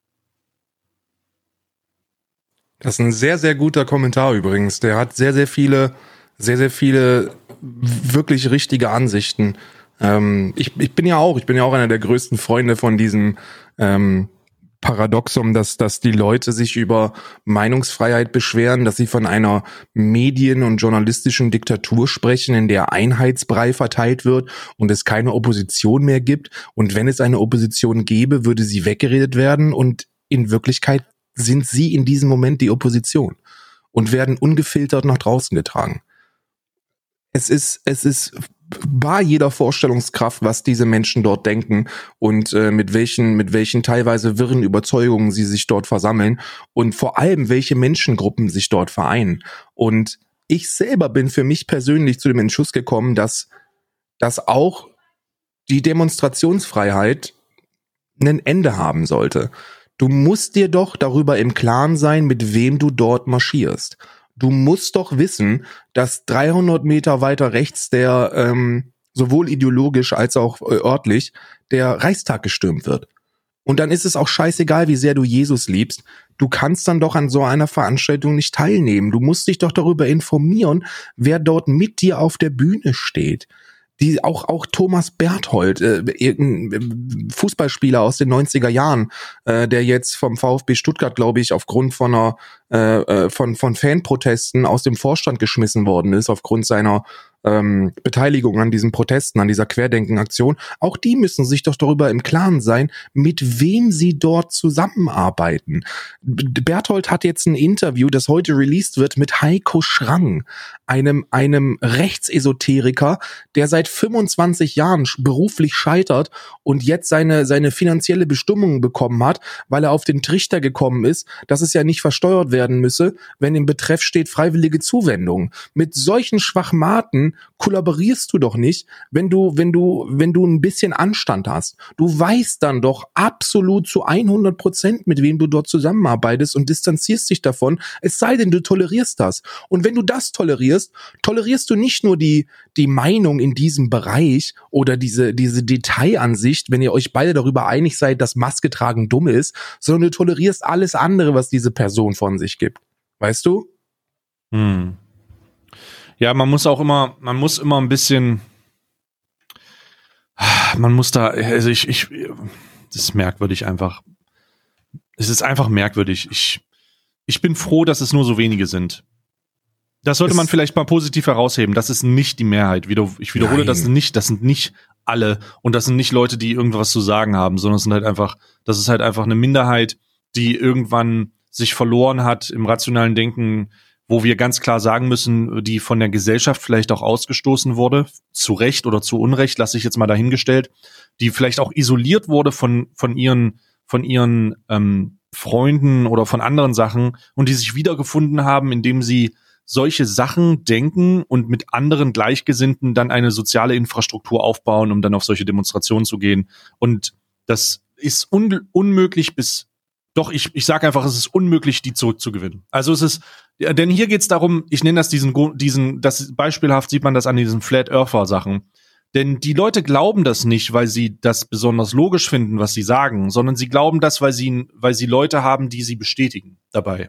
Das ist ein sehr, sehr guter Kommentar übrigens. Der hat sehr, sehr viele, sehr, sehr viele wirklich richtige Ansichten. Ähm, ich, ich bin ja auch, ich bin ja auch einer der größten Freunde von diesem ähm, Paradoxum, dass, dass die Leute sich über Meinungsfreiheit beschweren, dass sie von einer Medien- und journalistischen Diktatur sprechen, in der Einheitsbrei verteilt wird und es keine Opposition mehr gibt. Und wenn es eine Opposition gäbe, würde sie weggeredet werden und in Wirklichkeit sind sie in diesem Moment die Opposition und werden ungefiltert nach draußen getragen. Es ist, es ist bar jeder Vorstellungskraft, was diese Menschen dort denken und äh, mit welchen, mit welchen teilweise wirren Überzeugungen sie sich dort versammeln und vor allem, welche Menschengruppen sich dort vereinen. Und ich selber bin für mich persönlich zu dem Entschluss gekommen, dass, dass auch die Demonstrationsfreiheit ein Ende haben sollte. Du musst dir doch darüber im Klaren sein, mit wem du dort marschierst. Du musst doch wissen, dass dreihundert Meter weiter rechts der, ähm, sowohl ideologisch als auch äh, örtlich, der Reichstag gestürmt wird. Und dann ist es auch scheißegal, wie sehr du Jesus liebst. Du kannst dann doch an so einer Veranstaltung nicht teilnehmen. Du musst dich doch darüber informieren, wer dort mit dir auf der Bühne steht. Die auch auch Thomas Berthold, äh, irgendein Fußballspieler aus den neunziger Jahren, äh, der jetzt vom VfB Stuttgart, glaube ich, aufgrund von einer äh, von von Fanprotesten aus dem Vorstand geschmissen worden ist, aufgrund seiner ähm, Beteiligung an diesen Protesten, an dieser Querdenken-Aktion. Auch die müssen sich doch darüber im Klaren sein, mit wem sie dort zusammenarbeiten. Berthold hat jetzt ein Interview, das heute released wird, mit Heiko Schrang, einem einem Rechtsesoteriker, der seit fünfundzwanzig Jahren beruflich scheitert und jetzt seine seine finanzielle Bestimmung bekommen hat, weil er auf den Trichter gekommen ist, dass es ja nicht versteuert werden müsse, wenn im Betreff steht freiwillige Zuwendung. Mit solchen Schwachmaten kollaborierst du doch nicht, wenn du wenn du wenn du ein bisschen Anstand hast. Du weißt dann doch absolut zu hundert Prozent, mit wem du dort zusammenarbeitest und distanzierst dich davon, es sei denn, du tolerierst das. Und wenn du das tolerierst, tolerierst du nicht nur die die Meinung in diesem Bereich oder diese diese Detailansicht, wenn ihr euch beide darüber einig seid, dass Maske tragen dumm ist, sondern du tolerierst alles andere, was diese Person von sich gibt. Weißt du? Hm. Ja, man muss auch immer, man muss immer ein bisschen, man muss da, also ich, ich, das ist merkwürdig einfach. Es ist einfach merkwürdig. Ich, ich bin froh, dass es nur so wenige sind. Das sollte es man vielleicht mal positiv herausheben. Das ist nicht die Mehrheit. Ich wiederhole Nein. das nicht. Das sind nicht alle und das sind nicht Leute, die irgendwas zu sagen haben, sondern es sind halt einfach, das ist halt einfach eine Minderheit, die irgendwann sich verloren hat im rationalen Denken, wo wir ganz klar sagen müssen, die von der Gesellschaft vielleicht auch ausgestoßen wurde, zu Recht oder zu Unrecht, lasse ich jetzt mal dahingestellt, die vielleicht auch isoliert wurde von von ihren von ihren ähm, Freunden oder von anderen Sachen und die sich wiedergefunden haben, indem sie solche Sachen denken und mit anderen Gleichgesinnten dann eine soziale Infrastruktur aufbauen, um dann auf solche Demonstrationen zu gehen. Und das ist un- unmöglich bis Doch, ich, ich sage einfach, es ist unmöglich, die zurückzugewinnen. Also es ist, ja, denn hier geht's darum, ich nenne das diesen, diesen, das beispielhaft sieht man das an diesen Flat Earther Sachen. Denn die Leute glauben das nicht, weil sie das besonders logisch finden, was sie sagen, sondern sie glauben das, weil sie, weil sie Leute haben, die sie bestätigen dabei.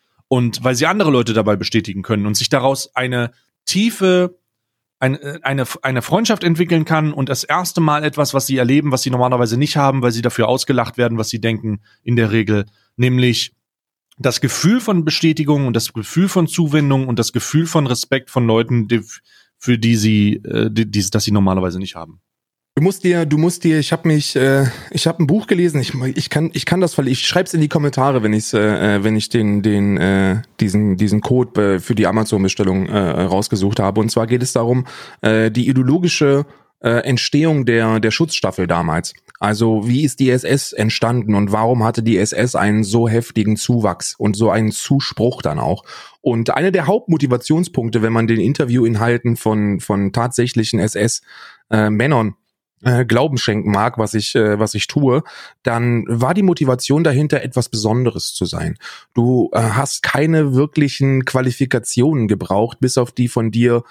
Und weil sie andere Leute dabei bestätigen können und sich daraus eine tiefe, eine, eine, eine Freundschaft entwickeln kann und das erste Mal etwas, was sie erleben, was sie normalerweise nicht haben, weil sie dafür ausgelacht werden, was sie denken, in der Regel, nämlich das Gefühl von Bestätigung und das Gefühl von Zuwendung und das Gefühl von Respekt von Leuten, die, für die sie, die, die, das sie normalerweise nicht haben. Du musst dir, du musst dir, ich habe mich, äh, ich habe ein Buch gelesen. Ich, ich kann, ich kann das verlinken. Ich schreib's in die Kommentare, wenn ich, äh, wenn ich den, den, äh, diesen, diesen Code äh, für die Amazon-Bestellung äh, rausgesucht habe. Und zwar geht es darum, äh, die ideologische äh, Entstehung der, der Schutzstaffel damals. Also wie ist die S S entstanden und warum hatte die S S einen so heftigen Zuwachs und so einen Zuspruch dann auch? Und eine der Hauptmotivationspunkte, wenn man den Interviewinhalten von, von tatsächlichen S S-Männern Äh, Glauben schenken mag, was ich äh, was ich tue, dann war die Motivation dahinter, etwas Besonderes zu sein. Du äh, hast keine wirklichen Qualifikationen gebraucht, bis auf die von dir,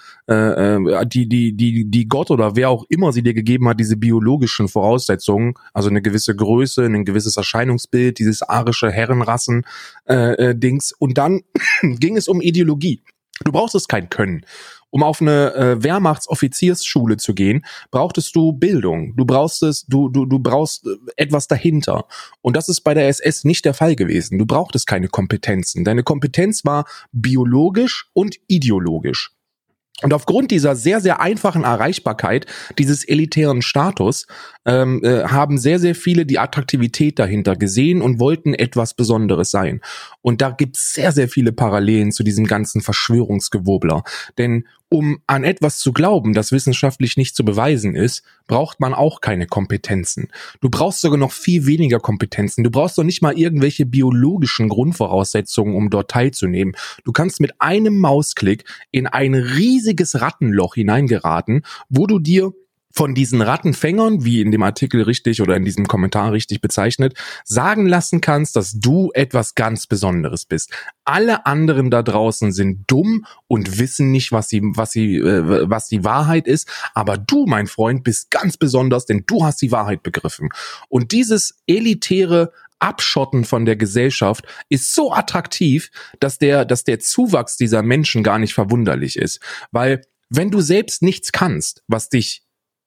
äh, die die die die Gott oder wer auch immer sie dir gegeben hat, diese biologischen Voraussetzungen, also eine gewisse Größe, ein gewisses Erscheinungsbild, dieses arische Herrenrassen äh, äh, Dings. Und dann ging es um Ideologie. Du brauchst kein Können. Um auf eine äh, Wehrmachtsoffiziersschule zu gehen, brauchtest du Bildung. Du brauchst es, du du du brauchst etwas dahinter. Und das ist bei der S S nicht der Fall gewesen. Du brauchtest keine Kompetenzen. Deine Kompetenz war biologisch und ideologisch. Und aufgrund dieser sehr, sehr einfachen Erreichbarkeit, dieses elitären Status, ähm, äh, haben sehr, sehr viele die Attraktivität dahinter gesehen und wollten etwas Besonderes sein. Und da gibt's sehr, sehr viele Parallelen zu diesem ganzen Verschwörungsgewobler. Denn um an etwas zu glauben, das wissenschaftlich nicht zu beweisen ist, braucht man auch keine Kompetenzen. Du brauchst sogar noch viel weniger Kompetenzen. Du brauchst doch nicht mal irgendwelche biologischen Grundvoraussetzungen, um dort teilzunehmen. Du kannst mit einem Mausklick in ein riesiges Rattenloch hineingeraten, wo du dir von diesen Rattenfängern, wie in dem Artikel richtig oder in diesem Kommentar richtig bezeichnet, sagen lassen kannst, dass du etwas ganz Besonderes bist. Alle anderen da draußen sind dumm und wissen nicht, was sie, was sie, äh, was die Wahrheit ist. Aber du, mein Freund, bist ganz besonders, denn du hast die Wahrheit begriffen. Und dieses elitäre Abschotten von der Gesellschaft ist so attraktiv, dass der, dass der Zuwachs dieser Menschen gar nicht verwunderlich ist, weil Wenn du selbst nichts kannst, was dich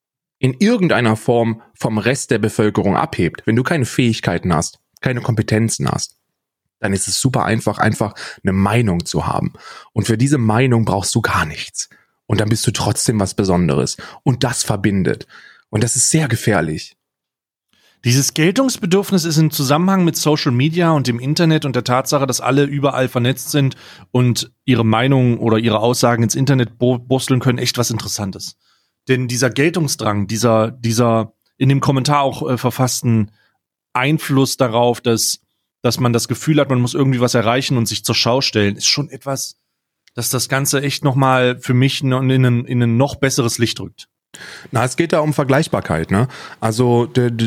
in irgendeiner Form vom Rest der Bevölkerung abhebt, wenn du keine Fähigkeiten hast, keine Kompetenzen hast, dann ist es super einfach, einfach eine Meinung zu haben. Und für diese Meinung brauchst du gar nichts. Und dann bist du trotzdem was Besonderes. Und das verbindet. Und das ist sehr gefährlich. Dieses Geltungsbedürfnis ist im Zusammenhang mit Social Media und dem Internet und der Tatsache, dass alle überall vernetzt sind und ihre Meinungen oder ihre Aussagen ins Internet bursteln können, echt was Interessantes. Denn dieser Geltungsdrang, dieser, dieser in dem Kommentar auch äh, verfassten Einfluss darauf, dass, dass man das Gefühl hat, man muss irgendwie was erreichen und sich zur Schau stellen, ist schon etwas, das das Ganze echt nochmal für mich in ein, in ein noch besseres Licht rückt. Na, es geht da um Vergleichbarkeit, ne? Also du, du,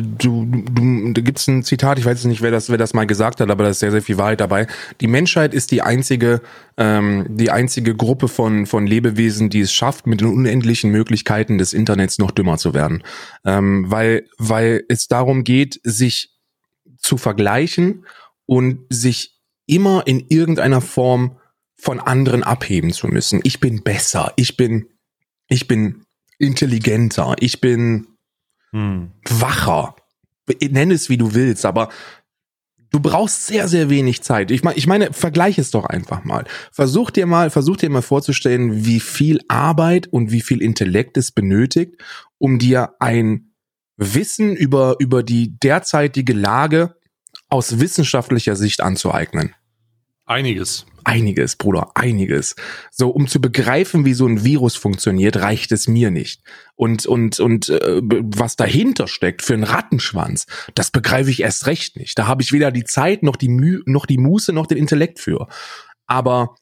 du, da gibt's ein Zitat, ich weiß nicht, wer das, wer das mal gesagt hat, aber da ist sehr, sehr viel Wahrheit dabei. Die Menschheit ist die einzige, ähm, die einzige Gruppe von von Lebewesen, die es schafft, mit den unendlichen Möglichkeiten des Internets noch dümmer zu werden, ähm, weil weil es darum geht, sich zu vergleichen und sich immer in irgendeiner Form von anderen abheben zu müssen. Ich bin besser, ich bin, ich bin intelligenter, ich bin hm. wacher. Nenn es, wie du willst, aber du brauchst sehr, sehr wenig Zeit. Ich meine, ich meine, vergleich es doch einfach mal. Versuch dir mal, versuch dir mal vorzustellen, wie viel Arbeit und wie viel Intellekt es benötigt, um dir ein Wissen über, über die derzeitige Lage aus wissenschaftlicher Sicht anzueignen. Einiges. Einiges, Bruder, einiges. So, um zu begreifen, wie so ein Virus funktioniert, reicht es mir nicht. Und und und äh, was dahinter steckt für einen Rattenschwanz, das begreife ich erst recht nicht. Da habe ich weder die Zeit noch die Mühe, noch die Muße, noch den Intellekt für. Aber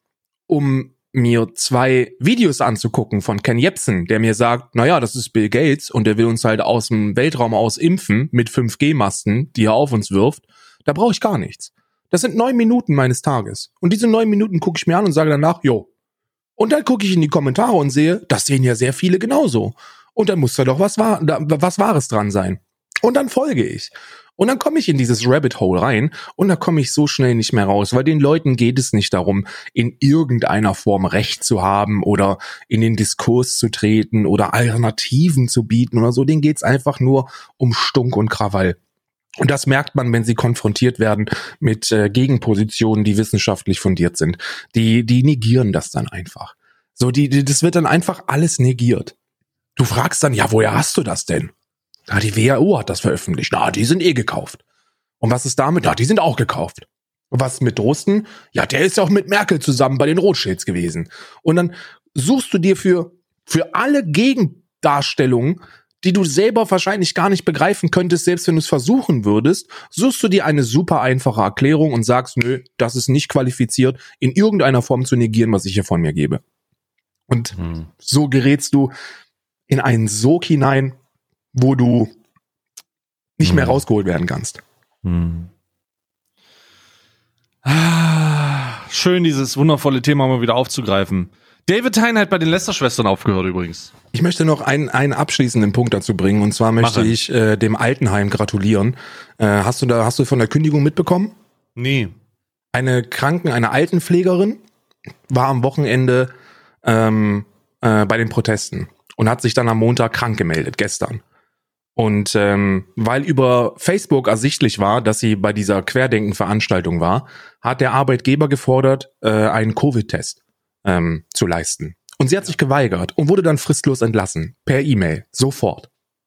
um mir zwei Videos anzugucken von Ken Jebsen, der mir sagt, naja, das ist Bill Gates und der will uns halt aus dem Weltraum aus impfen mit fünf G-Masten, die er auf uns wirft, da brauche ich gar nichts. Das sind neun Minuten meines Tages. Und diese neun Minuten gucke ich mir an und sage danach, jo. Und dann gucke ich in die Kommentare und sehe, das sehen ja sehr viele genauso. Und dann muss da doch was, wahr, da, was Wahres dran sein. Und dann folge ich. Und dann komme ich in dieses Rabbit Hole rein und da komme ich so schnell nicht mehr raus, weil den Leuten geht es nicht darum, in irgendeiner Form Recht zu haben oder in den Diskurs zu treten oder Alternativen zu bieten oder so. Denen geht es einfach nur um Stunk und Krawall. Und das merkt man, wenn sie konfrontiert werden mit äh, Gegenpositionen, die wissenschaftlich fundiert sind. Die, die negieren das dann einfach. So, die, die, das wird dann einfach alles negiert. Du fragst dann, ja, woher hast du das denn? Na, die W H O hat das veröffentlicht. Na, die sind eh gekauft. Und was ist damit? Na, die sind auch gekauft. Und was mit Drosten? Ja, der ist ja auch mit Merkel zusammen bei den Rothschilds gewesen. Und dann suchst du dir für, für alle Gegendarstellungen, die du selber wahrscheinlich gar nicht begreifen könntest, selbst wenn du es versuchen würdest, suchst du dir eine super einfache Erklärung und sagst, nö, das ist nicht qualifiziert, in irgendeiner Form zu negieren, was ich hier von mir gebe. Und hm. so gerätst du in einen Sog hinein, wo du nicht hm. mehr rausgeholt werden kannst. Hm. Ah, schön, dieses wundervolle Thema mal wieder aufzugreifen. David Hein hat bei den Lester-Schwestern aufgehört übrigens. Ich möchte noch einen, einen abschließenden Punkt dazu bringen. Und zwar möchte ich äh, dem Altenheim gratulieren. Äh, hast du da, hast du von der Kündigung mitbekommen? Nee. Eine Kranken-, eine Altenpflegerin war am Wochenende ähm, äh, bei den Protesten und hat sich dann am Montag krank gemeldet, gestern. Und ähm, weil über Facebook ersichtlich war, dass sie bei dieser Querdenken-Veranstaltung war, hat der Arbeitgeber gefordert, äh, einen Covid-Test ähm, zu leisten. Und sie hat sich geweigert und wurde dann fristlos entlassen. Per E-Mail. Sofort.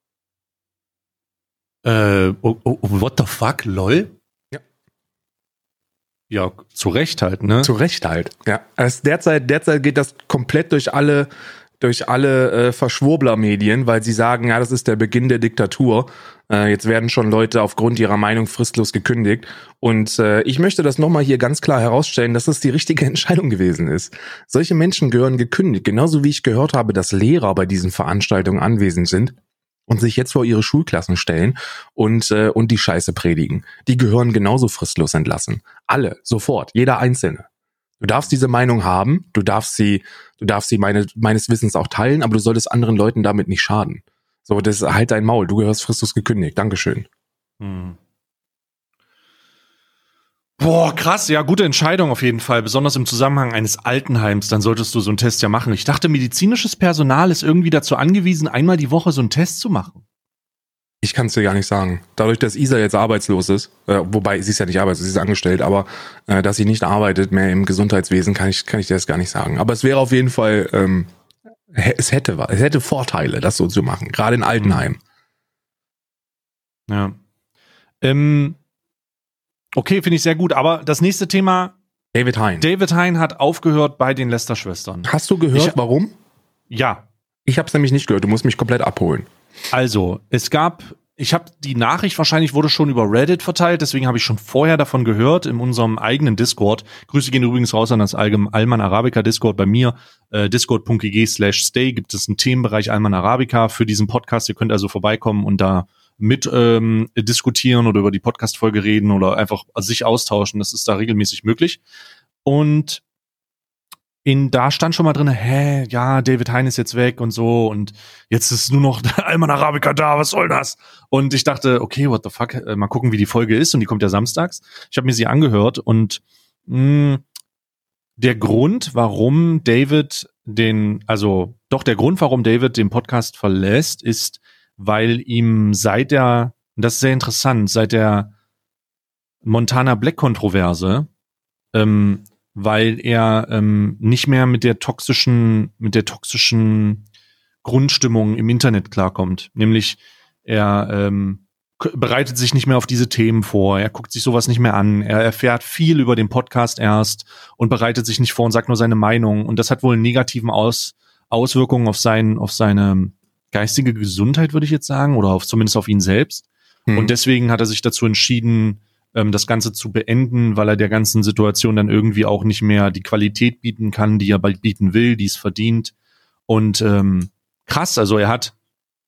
Äh, oh, oh, what the fuck? Lol? Ja. Ja, zu Recht halt, ne? Zu Recht halt, ja. Also derzeit, derzeit geht das komplett durch alle durch alle äh, Verschwurbler-Medien, weil sie sagen, ja, das ist der Beginn der Diktatur. Äh, jetzt werden schon Leute aufgrund ihrer Meinung fristlos gekündigt. Und äh, ich möchte das nochmal hier ganz klar herausstellen, dass das die richtige Entscheidung gewesen ist. Solche Menschen gehören gekündigt. Genauso wie ich gehört habe, dass Lehrer bei diesen Veranstaltungen anwesend sind und sich jetzt vor ihre Schulklassen stellen und äh, und die Scheiße predigen. Die gehören genauso fristlos entlassen. Alle, sofort, jeder Einzelne. Du darfst diese Meinung haben, du darfst sie, du darfst sie meine, meines Wissens auch teilen, aber du solltest anderen Leuten damit nicht schaden. So, das halt dein Maul, du gehörst fristlos gekündigt. Dankeschön. Hm. Boah, krass, ja, gute Entscheidung auf jeden Fall, besonders im Zusammenhang eines Altenheims, dann solltest du so einen Test ja machen. Ich dachte, medizinisches Personal ist irgendwie dazu angewiesen, einmal die Woche so einen Test zu machen. Ich kann es dir gar nicht sagen. Dadurch, dass Isa jetzt arbeitslos ist, äh, wobei sie ist ja nicht arbeitslos, sie ist angestellt, aber äh, dass sie nicht arbeitet mehr im Gesundheitswesen, kann ich kann ich dir das gar nicht sagen. Aber es wäre auf jeden Fall, ähm, es hätte es hätte Vorteile, das so zu machen, gerade in Altenheim. Ja. Ähm, okay, finde ich sehr gut. Aber das nächste Thema. David Hein. David Hein hat aufgehört bei den Lester-Schwestern. Hast du gehört, ich, warum? Ja. Ich habe es nämlich nicht gehört. Du musst mich komplett abholen. Also, es gab, ich habe die Nachricht wahrscheinlich wurde schon über Reddit verteilt, deswegen habe ich schon vorher davon gehört in unserem eigenen Discord. Grüße gehen übrigens raus an das Alman Arabica Discord bei mir. Äh, discord.gg slash stay gibt es einen Themenbereich Alman Arabica für diesen Podcast. Ihr könnt also vorbeikommen und da mit ähm, diskutieren oder über die Podcast-Folge reden oder einfach sich austauschen. Das ist da regelmäßig möglich. Und in da stand schon mal drin, hä, ja, David Hein ist jetzt weg und so und jetzt ist nur noch Alman Arabica da, was soll das? Und ich dachte, okay, what the fuck, äh, mal gucken, wie die Folge ist und die kommt ja samstags. Ich habe mir sie angehört und mh, der Grund, warum David den, also doch der Grund, warum David den Podcast verlässt, ist, weil ihm seit der, und das ist sehr interessant, seit der Montana Black Kontroverse, ähm, weil er ähm, nicht mehr mit der toxischen, mit der toxischen Grundstimmung im Internet klarkommt. Nämlich er ähm, k- bereitet sich nicht mehr auf diese Themen vor, er guckt sich sowas nicht mehr an, er erfährt viel über den Podcast erst und bereitet sich nicht vor und sagt nur seine Meinung. Und das hat wohl negativen Aus- Auswirkungen auf sein, auf seine geistige Gesundheit, würde ich jetzt sagen, oder auf zumindest auf ihn selbst. Mhm. Und deswegen hat er sich dazu entschieden, das Ganze zu beenden, weil er der ganzen Situation dann irgendwie auch nicht mehr die Qualität bieten kann, die er bald bieten will, die es verdient. Und ähm, krass, also er hat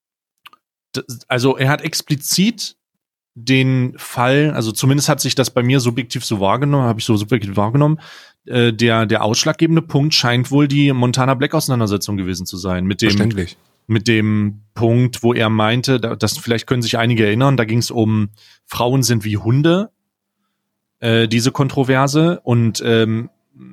also er hat explizit den Fall, also zumindest hat sich das bei mir subjektiv so wahrgenommen, habe ich so subjektiv wahrgenommen, äh, der der ausschlaggebende Punkt scheint wohl die Montana Black Auseinandersetzung gewesen zu sein. Mit dem, Verständlich. Mit dem Punkt, wo er meinte, das vielleicht können sich einige erinnern, da ging es um Frauen sind wie Hunde, äh, diese Kontroverse. Und ähm,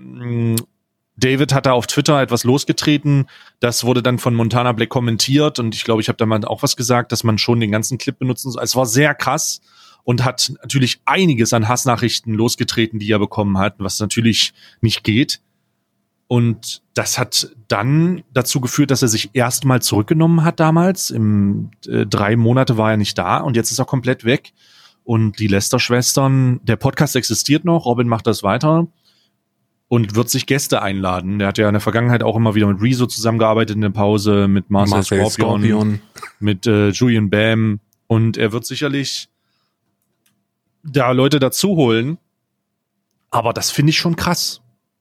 David hat da auf Twitter etwas losgetreten, das wurde dann von Montana Black kommentiert und ich glaube, ich habe da mal auch was gesagt, dass man schon den ganzen Clip benutzen soll. Es war sehr krass und hat natürlich einiges an Hassnachrichten losgetreten, die er bekommen hat, was natürlich nicht geht. Und das hat dann dazu geführt, dass er sich erstmal zurückgenommen hat damals. Im äh, drei Monate war er nicht da und jetzt ist er komplett weg. Und die Lester-Schwestern, der Podcast existiert noch, Robin macht das weiter und wird sich Gäste einladen. Der hat ja in der Vergangenheit auch immer wieder mit Rezo zusammengearbeitet in der Pause, mit Marcel, Marcel Scorpion, Scorpion, mit äh, Julian Bam. Und er wird sicherlich da Leute dazu holen. Aber das finde ich schon krass.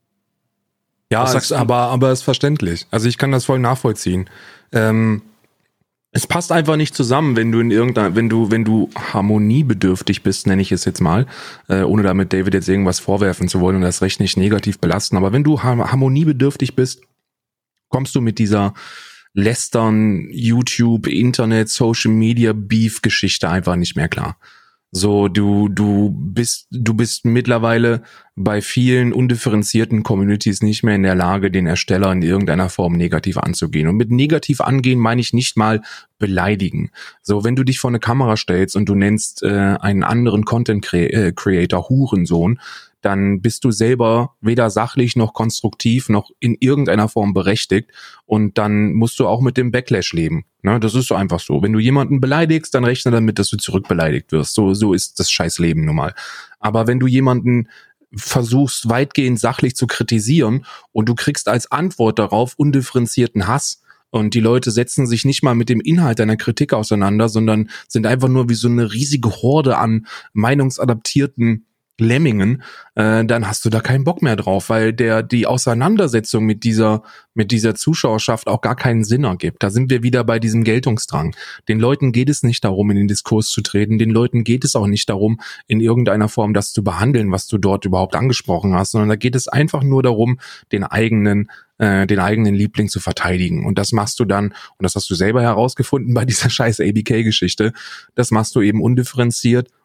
Ja, es, aber aber ist verständlich. Also ich kann das voll nachvollziehen. Ähm, es passt einfach nicht zusammen, wenn du in irgendeiner, wenn du wenn du harmoniebedürftig bist, nenne ich es jetzt mal, äh, ohne damit David jetzt irgendwas vorwerfen zu wollen und das Recht nicht negativ belasten. Aber wenn du harmoniebedürftig bist, kommst du mit dieser Lästern, YouTube, Internet, Social Media Beef Geschichte einfach nicht mehr klar. So, du, du bist, du bist mittlerweile bei vielen undifferenzierten Communities nicht mehr in der Lage, den Ersteller in irgendeiner Form negativ anzugehen. Und mit negativ angehen meine ich nicht mal beleidigen. So, wenn du dich vor eine Kamera stellst und du nennst äh, einen anderen Content Creator Hurensohn, dann bist du selber weder sachlich noch konstruktiv noch in irgendeiner Form berechtigt und dann musst du auch mit dem Backlash leben. Ne, das ist so einfach so. Wenn du jemanden beleidigst, dann rechne damit, dass du zurückbeleidigt wirst. So, so ist das scheiß Leben nun mal. Aber wenn du jemanden versuchst, weitgehend sachlich zu kritisieren und du kriegst als Antwort darauf undifferenzierten Hass und die Leute setzen sich nicht mal mit dem Inhalt deiner Kritik auseinander, sondern sind einfach nur wie so eine riesige Horde an meinungsadaptierten Lemmingen, äh, dann hast du da keinen Bock mehr drauf, weil der die Auseinandersetzung mit dieser mit dieser Zuschauerschaft auch gar keinen Sinn ergibt. Da sind wir wieder bei diesem Geltungsdrang. Den Leuten geht es nicht darum, in den Diskurs zu treten. Den Leuten geht es auch nicht darum, in irgendeiner Form das zu behandeln, was du dort überhaupt angesprochen hast, sondern da geht es einfach nur darum, den eigenen äh, den eigenen Liebling zu verteidigen. Und das machst du dann, und das hast du selber herausgefunden bei dieser scheiß A B K-Geschichte, das machst du eben undifferenziert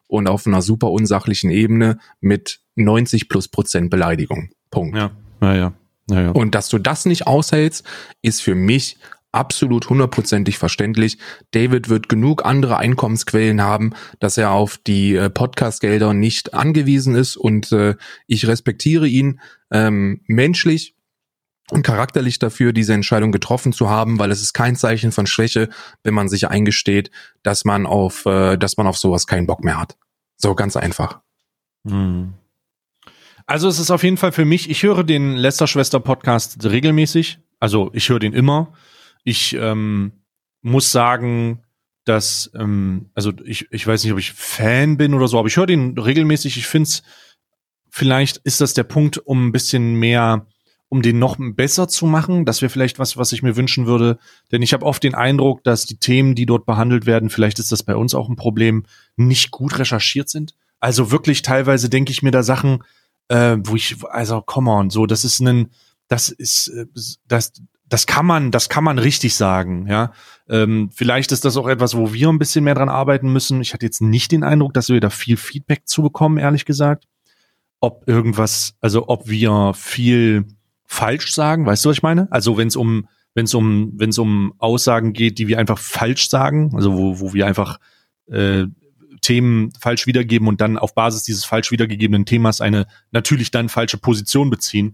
und auf einer super unsachlichen Ebene mit neunzig plus Prozent Beleidigung. Punkt. Ja, ja, ja. ja, ja. Und dass du das nicht aushältst, ist für mich absolut hundertprozentig verständlich. David wird genug andere Einkommensquellen haben, dass er auf die äh, Podcast-Gelder nicht angewiesen ist, und äh, ich respektiere ihn ähm, menschlich und charakterlich dafür, diese Entscheidung getroffen zu haben, weil es ist kein Zeichen von Schwäche, wenn man sich eingesteht, dass man auf, äh, dass man auf sowas keinen Bock mehr hat. So ganz einfach. Hm. Also es ist auf jeden Fall für mich, ich höre den Lästerschwester-Podcast regelmäßig, also ich höre den immer. Ich ähm, muss sagen, dass, ähm, also ich, ich weiß nicht, ob ich Fan bin oder so, aber ich höre den regelmäßig. Ich finde es, vielleicht ist das der Punkt, um ein bisschen mehr, um den noch besser zu machen. Das wäre vielleicht was, was ich mir wünschen würde. Denn ich habe oft den Eindruck, dass die Themen, die dort behandelt werden, vielleicht ist das bei uns auch ein Problem, nicht gut recherchiert sind. Also wirklich teilweise denke ich mir da Sachen, äh, wo ich, also come on, so, das ist ein, das ist, äh, das, Das kann man, das kann man richtig sagen, ja. Ähm, vielleicht ist das auch etwas, wo wir ein bisschen mehr dran arbeiten müssen. Ich hatte jetzt nicht den Eindruck, dass wir da viel Feedback zu bekommen, ehrlich gesagt. Ob irgendwas, also ob wir viel falsch sagen, weißt du, was ich meine? Also wenn es um, wenn es um, wenn es um Aussagen geht, die wir einfach falsch sagen, also wo, wo wir einfach äh, Themen falsch wiedergeben und dann auf Basis dieses falsch wiedergegebenen Themas eine natürlich dann falsche Position beziehen.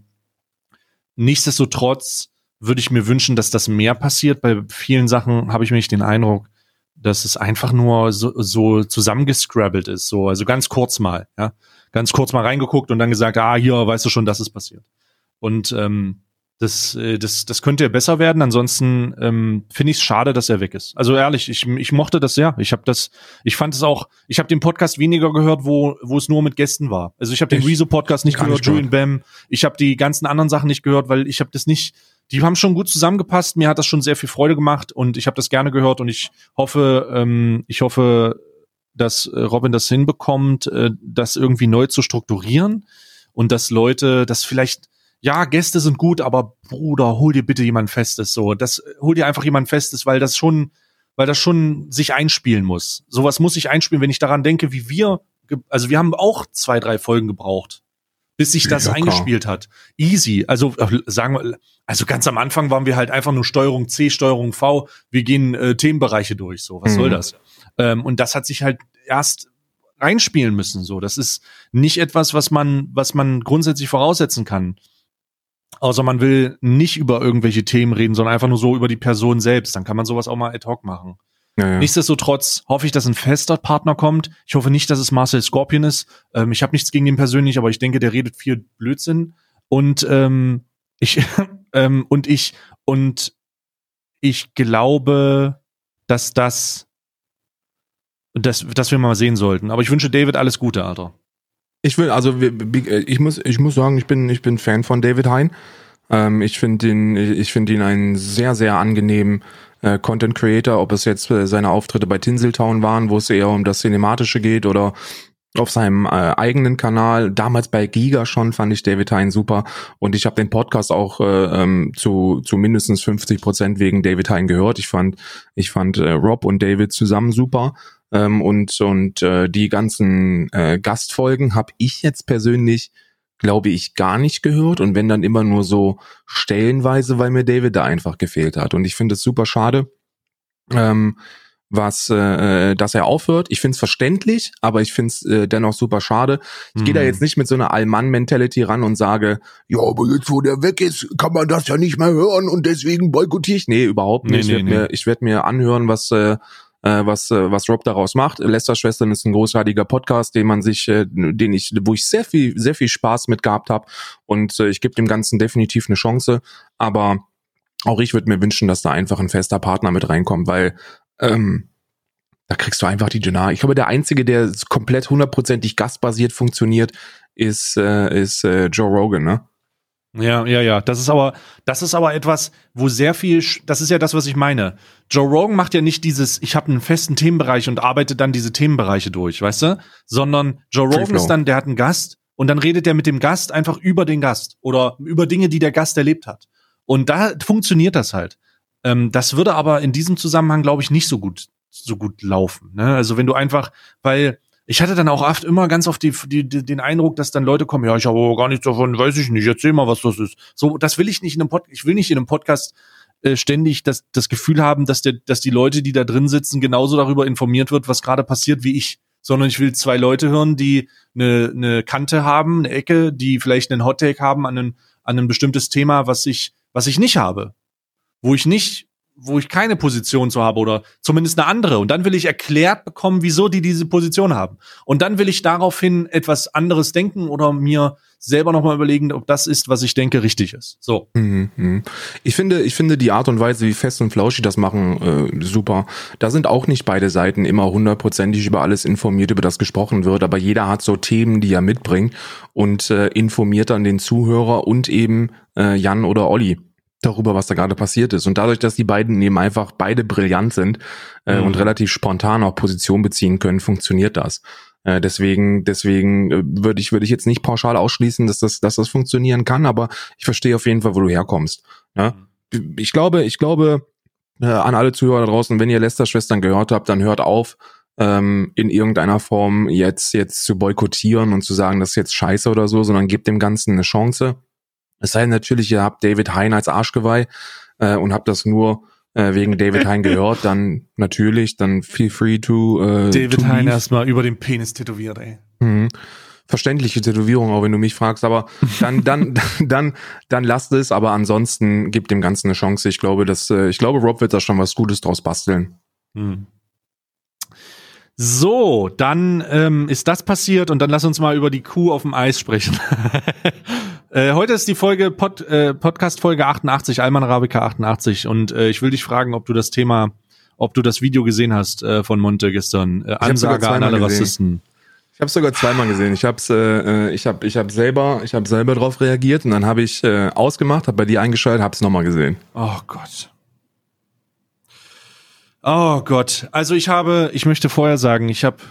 Nichtsdestotrotz würde ich mir wünschen, dass das mehr passiert. Bei vielen Sachen habe ich nämlich den Eindruck, dass es einfach nur so, so zusammengescrabbelt ist. So, also ganz kurz mal, ja. Ganz kurz mal reingeguckt und dann gesagt, ah, hier, weißt du schon, das ist passiert. Und ähm, das, das, das könnte ja besser werden. Ansonsten ähm, finde ich es schade, dass er weg ist. Also ehrlich, ich, ich mochte das sehr. Ich habe das, ich fand es auch, ich habe den Podcast weniger gehört, wo, wo es nur mit Gästen war. Also ich habe den Rezo-Podcast nicht gehört, Julian Bam. Ich habe die ganzen anderen Sachen nicht gehört, weil ich habe das nicht, die haben schon gut zusammengepasst. Mir hat das schon sehr viel Freude gemacht und ich habe das gerne gehört und ich hoffe, ähm, ich hoffe, dass äh, Robin das hinbekommt, äh, das irgendwie neu zu strukturieren und dass Leute, dass vielleicht, ja, Gäste sind gut, aber Bruder, hol dir bitte jemand Festes, so, das, hol dir einfach jemand Festes, weil das schon, weil das schon sich einspielen muss. Sowas muss sich einspielen, wenn ich daran denke, wie wir, also wir haben auch zwei, drei Folgen gebraucht, bis sich das Locker. eingespielt hat. Easy. Also sagen wir, also ganz am Anfang waren wir halt einfach nur Steuerung C, Steuerung V. Wir gehen äh, Themenbereiche durch. So, was mhm. soll das? Ähm, und das hat sich halt erst reinspielen müssen. So, das ist nicht etwas, was man, was man grundsätzlich voraussetzen kann. Außer man will nicht über irgendwelche Themen reden, sondern einfach nur so über die Person selbst. Dann kann man sowas auch mal ad hoc machen. Ja, ja. Nichtsdestotrotz hoffe ich, dass ein fester Partner kommt. Ich hoffe nicht, dass es Marcel Scorpion ist. Ähm, ich habe nichts gegen ihn persönlich, aber ich denke, der redet viel Blödsinn. Und ähm, ich ähm, und ich und ich glaube, dass das, dass, dass wir mal sehen sollten. Aber ich wünsche David alles Gute, Alter. Ich will, also ich muss, ich muss sagen, ich bin, ich bin Fan von David Hein. Ähm, ich finde ihn, ich finde ihn einen sehr, sehr angenehmen äh, Content Creator, ob es jetzt äh, seine Auftritte bei Tinseltown waren, wo es eher um das Cinematische geht, oder auf seinem äh, eigenen Kanal. Damals bei Giga schon fand ich David Hein super, und ich habe den Podcast auch äh, ähm, zu zu mindestens fünfzig Prozent wegen David Hein gehört. Ich fand, ich fand äh, Rob und David zusammen super. Ähm, und und äh, die ganzen äh, Gastfolgen habe ich jetzt persönlich, glaube ich, gar nicht gehört, und wenn dann immer nur so stellenweise, weil mir David da einfach gefehlt hat. Und ich finde es super schade, ähm, was, äh, dass er aufhört. Ich finde es verständlich, aber ich finde es äh, dennoch super schade. Ich gehe da jetzt nicht mit so einer Allmann-Mentality ran und sage, ja, aber jetzt, wo der weg ist, kann man das ja nicht mehr hören und deswegen boykottiere ich. Nee, überhaupt nicht. Nee, nee, ich werde nee. mir, ich werd mir anhören, was äh, was was Rob daraus macht. Lästerschwestern ist ein großartiger Podcast, den man sich, den ich, wo ich sehr viel sehr viel Spaß mit gehabt habe, und ich gebe dem Ganzen definitiv eine Chance. Aber auch ich würde mir wünschen, dass da einfach ein fester Partner mit reinkommt, weil ähm, da kriegst du einfach die Dynamik. Ich glaube, der einzige, der komplett hundertprozentig gastbasiert funktioniert, ist äh, ist äh, Joe Rogan, ne? Ja, ja, ja. Das ist aber, das ist aber etwas, wo sehr viel, das ist ja das, was ich meine. Joe Rogan macht ja nicht dieses, ich habe einen festen Themenbereich und arbeite dann diese Themenbereiche durch, weißt du? Sondern Joe Rogan ist dann, der hat einen Gast und dann redet der mit dem Gast einfach über den Gast oder über Dinge, die der Gast erlebt hat. Und da funktioniert das halt. Ähm, das würde aber in diesem Zusammenhang, glaube ich, nicht so gut, so gut laufen, ne? Also wenn du einfach, weil ich hatte dann auch oft immer ganz oft die, die, die, den Eindruck, dass dann Leute kommen, ja, ich habe aber gar nichts davon, weiß ich nicht, erzähl mal, was das ist. So, das will ich nicht in einem Podcast, ich will nicht in einem Podcast äh, ständig das, das Gefühl haben, dass der, dass die Leute, die da drin sitzen, genauso darüber informiert wird, was gerade passiert, wie ich. Sondern ich will zwei Leute hören, die eine, eine Kante haben, eine Ecke, die vielleicht einen Hottake haben an ein, an ein bestimmtes Thema, was ich, was ich nicht habe. Wo ich nicht, wo ich keine Position zu habe oder zumindest eine andere. Und dann will ich erklärt bekommen, wieso die diese Position haben. Und dann will ich daraufhin etwas anderes denken oder mir selber nochmal überlegen, ob das ist, was ich denke, richtig ist. So. Mhm. Ich finde, ich finde die Art und Weise, wie Fest und Flauschig das machen, äh, super. Da sind auch nicht beide Seiten immer hundertprozentig über alles informiert, über das gesprochen wird, aber jeder hat so Themen, die er mitbringt und äh, informiert dann den Zuhörer und eben äh, Jan oder Olli darüber, was da gerade passiert ist. Und dadurch, dass die beiden eben einfach beide brillant sind äh, mhm. und relativ spontan auch Position beziehen können, funktioniert das. Äh, deswegen, deswegen äh, würde ich, würde ich jetzt nicht pauschal ausschließen, dass das, dass das funktionieren kann, aber ich verstehe auf jeden Fall, wo du herkommst. Ja? Ich glaube, ich glaube äh, an alle Zuhörer da draußen, wenn ihr Lästerschwestern gehört habt, dann hört auf, ähm, in irgendeiner Form jetzt, jetzt zu boykottieren und zu sagen, das ist jetzt scheiße oder so, sondern gebt dem Ganzen eine Chance. Es sei denn natürlich, ihr habt David Hein als Arschgeweih äh, und habt das nur äh, wegen David Hein gehört, dann natürlich, dann feel free to äh, David to Hein leave. erstmal über den Penis tätowiert, ey. Mhm. Verständliche Tätowierung, auch wenn du mich fragst, aber dann, dann, dann, dann lasst es, aber ansonsten gebt dem Ganzen eine Chance. Ich glaube, dass, äh, ich glaube, Rob wird da schon was Gutes draus basteln. Hm. So, dann ähm, ist das passiert und dann lass uns mal über die Kuh auf dem Eis sprechen. äh, heute ist die Folge Pod, äh, Podcast-Folge achtundachtzig, Alman Arabica achtundachtzig und äh, ich will dich fragen, ob du das Thema, ob du das Video gesehen hast äh, von Monte gestern. Äh, Ansage an alle gesehen. Rassisten. Ich habe es sogar zweimal gesehen. Ich habe äh, ich habe ich habe selber, ich habe selber drauf reagiert und dann habe ich äh, ausgemacht, habe bei dir eingeschaltet, habe es nochmal gesehen. Oh Gott. Oh Gott, also ich habe, ich möchte vorher sagen, ich habe,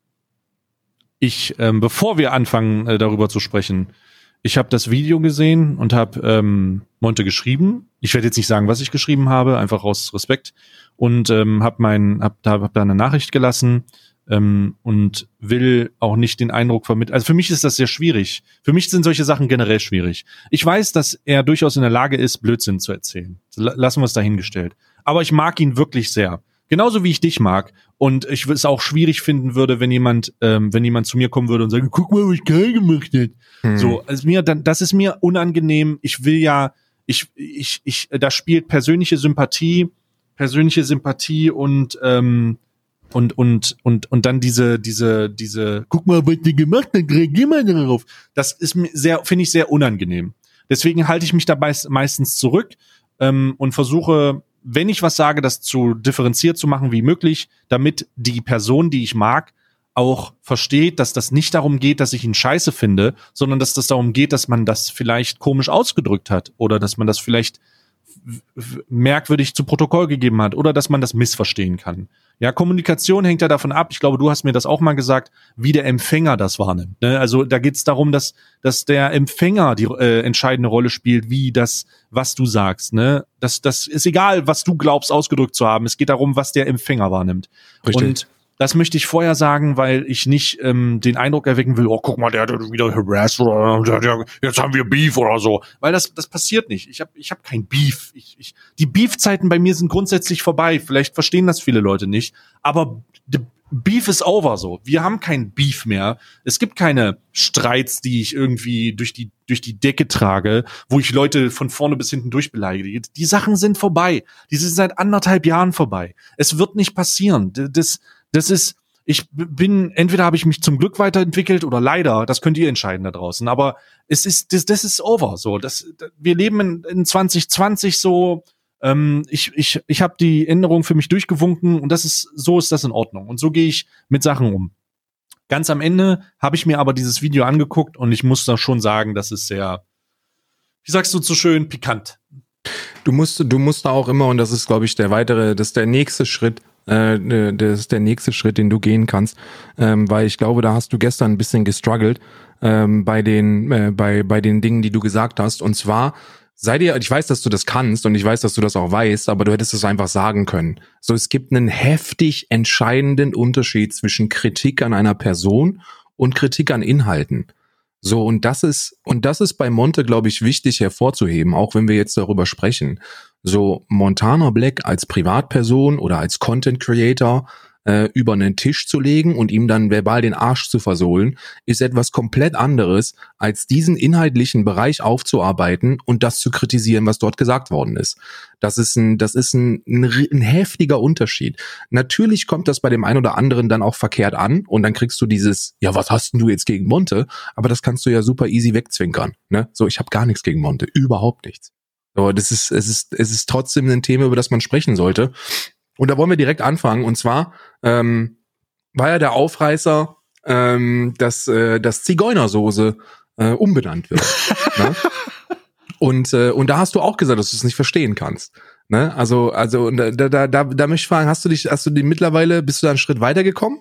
ich, ähm, bevor wir anfangen äh, darüber zu sprechen, ich habe das Video gesehen und habe ähm, Monte geschrieben. Ich werde jetzt nicht sagen, was ich geschrieben habe, einfach aus Respekt und ähm, habe mein, hab da, hab da eine Nachricht gelassen ähm, und will auch nicht den Eindruck vermitteln. Also für mich ist das sehr schwierig. Für mich sind solche Sachen generell schwierig. Ich weiß, dass er durchaus in der Lage ist, Blödsinn zu erzählen. Lassen wir es dahingestellt. Aber ich mag ihn wirklich sehr. Genauso wie ich dich mag. Und ich es auch schwierig finden würde, wenn jemand, ähm, wenn jemand zu mir kommen würde und sagen, guck mal, was ich geil gemacht habe. Hm. So, also mir, dann, das ist mir unangenehm. Ich will ja, ich, ich, ich, da spielt persönliche Sympathie, persönliche Sympathie und, ähm, und, und, und, und dann diese, diese, diese, guck mal, was die gemacht hat, reagier mal darauf. Das ist mir sehr, finde ich sehr unangenehm. Deswegen halte ich mich dabei meistens zurück, ähm, und versuche, wenn ich was sage, das zu differenziert zu machen wie möglich, damit die Person, die ich mag, auch versteht, dass das nicht darum geht, dass ich ihn scheiße finde, sondern dass das darum geht, dass man das vielleicht komisch ausgedrückt hat oder dass man das vielleicht merkwürdig zu Protokoll gegeben hat oder dass man das missverstehen kann. Ja, Kommunikation hängt ja davon ab, ich glaube, du hast mir das auch mal gesagt, wie der Empfänger das wahrnimmt. Ne? Also da geht es darum, dass dass der Empfänger die äh, entscheidende Rolle spielt, wie das, was du sagst. Ne? Das, das ist egal, was du glaubst, ausgedrückt zu haben. Es geht darum, was der Empfänger wahrnimmt. Richtig. Und das möchte ich vorher sagen, weil ich nicht ähm, den Eindruck erwecken will, oh, guck mal, der hat wieder harassed oder der, der, jetzt haben wir Beef oder so. Weil das das passiert nicht. Ich habe ich hab kein Beef. Ich, ich, die Beef-Zeiten bei mir sind grundsätzlich vorbei. Vielleicht verstehen das viele Leute nicht. Aber the Beef is over so. Wir haben kein Beef mehr. Es gibt keine Streits, die ich irgendwie durch die durch die Decke trage, wo ich Leute von vorne bis hinten durchbeleidige. Die Sachen sind vorbei. Die sind seit anderthalb Jahren vorbei. Es wird nicht passieren. Das Das ist, ich bin, entweder habe ich mich zum Glück weiterentwickelt oder leider, das könnt ihr entscheiden da draußen, aber es ist, das, das ist over, so, das, wir leben in, in zwanzig zwanzig so, ähm, ich, ich, ich habe die Änderung für mich durchgewunken und das ist, so ist das in Ordnung und so gehe ich mit Sachen um. Ganz am Ende habe ich mir aber dieses Video angeguckt und ich muss da schon sagen, das ist sehr, wie sagst du so schön, pikant. Du musst, du musst da auch immer, und das ist, glaube ich, der weitere, das ist der nächste Schritt, äh, das ist der nächste Schritt, den du gehen kannst, ähm, weil ich glaube, da hast du gestern ein bisschen gestruggelt ähm, bei den, äh, bei, bei den Dingen, die du gesagt hast, und zwar sei dir, ich weiß, dass du das kannst und ich weiß, dass du das auch weißt, aber du hättest es einfach sagen können. So, es gibt einen heftig entscheidenden Unterschied zwischen Kritik an einer Person und Kritik an Inhalten. So, und das ist, und das ist bei Monte, glaube ich, wichtig hervorzuheben, auch wenn wir jetzt darüber sprechen. So, Montana Black als Privatperson oder als Content Creator äh, über einen Tisch zu legen und ihm dann verbal den Arsch zu versohlen, ist etwas komplett anderes, als diesen inhaltlichen Bereich aufzuarbeiten und das zu kritisieren, was dort gesagt worden ist. Das ist ein, das ist ein, ein, ein heftiger Unterschied. Natürlich kommt das bei dem einen oder anderen dann auch verkehrt an und dann kriegst du dieses, ja, was hast denn du jetzt gegen Monte? Aber das kannst du ja super easy wegzwinkern, ne? So, ich habe gar nichts gegen Monte, überhaupt nichts. Aber das ist, es ist, es ist trotzdem ein Thema, über das man sprechen sollte. Und da wollen wir direkt anfangen. Und zwar ähm, war ja der Aufreißer, ähm, dass, äh, dass Zigeunersoße äh, umbenannt wird. Ne? Und äh, und da hast du auch gesagt, dass du es nicht verstehen kannst. Ne? Also also da da da da möchte ich fragen, hast du dich, hast du die mittlerweile, bist du da einen Schritt weitergekommen?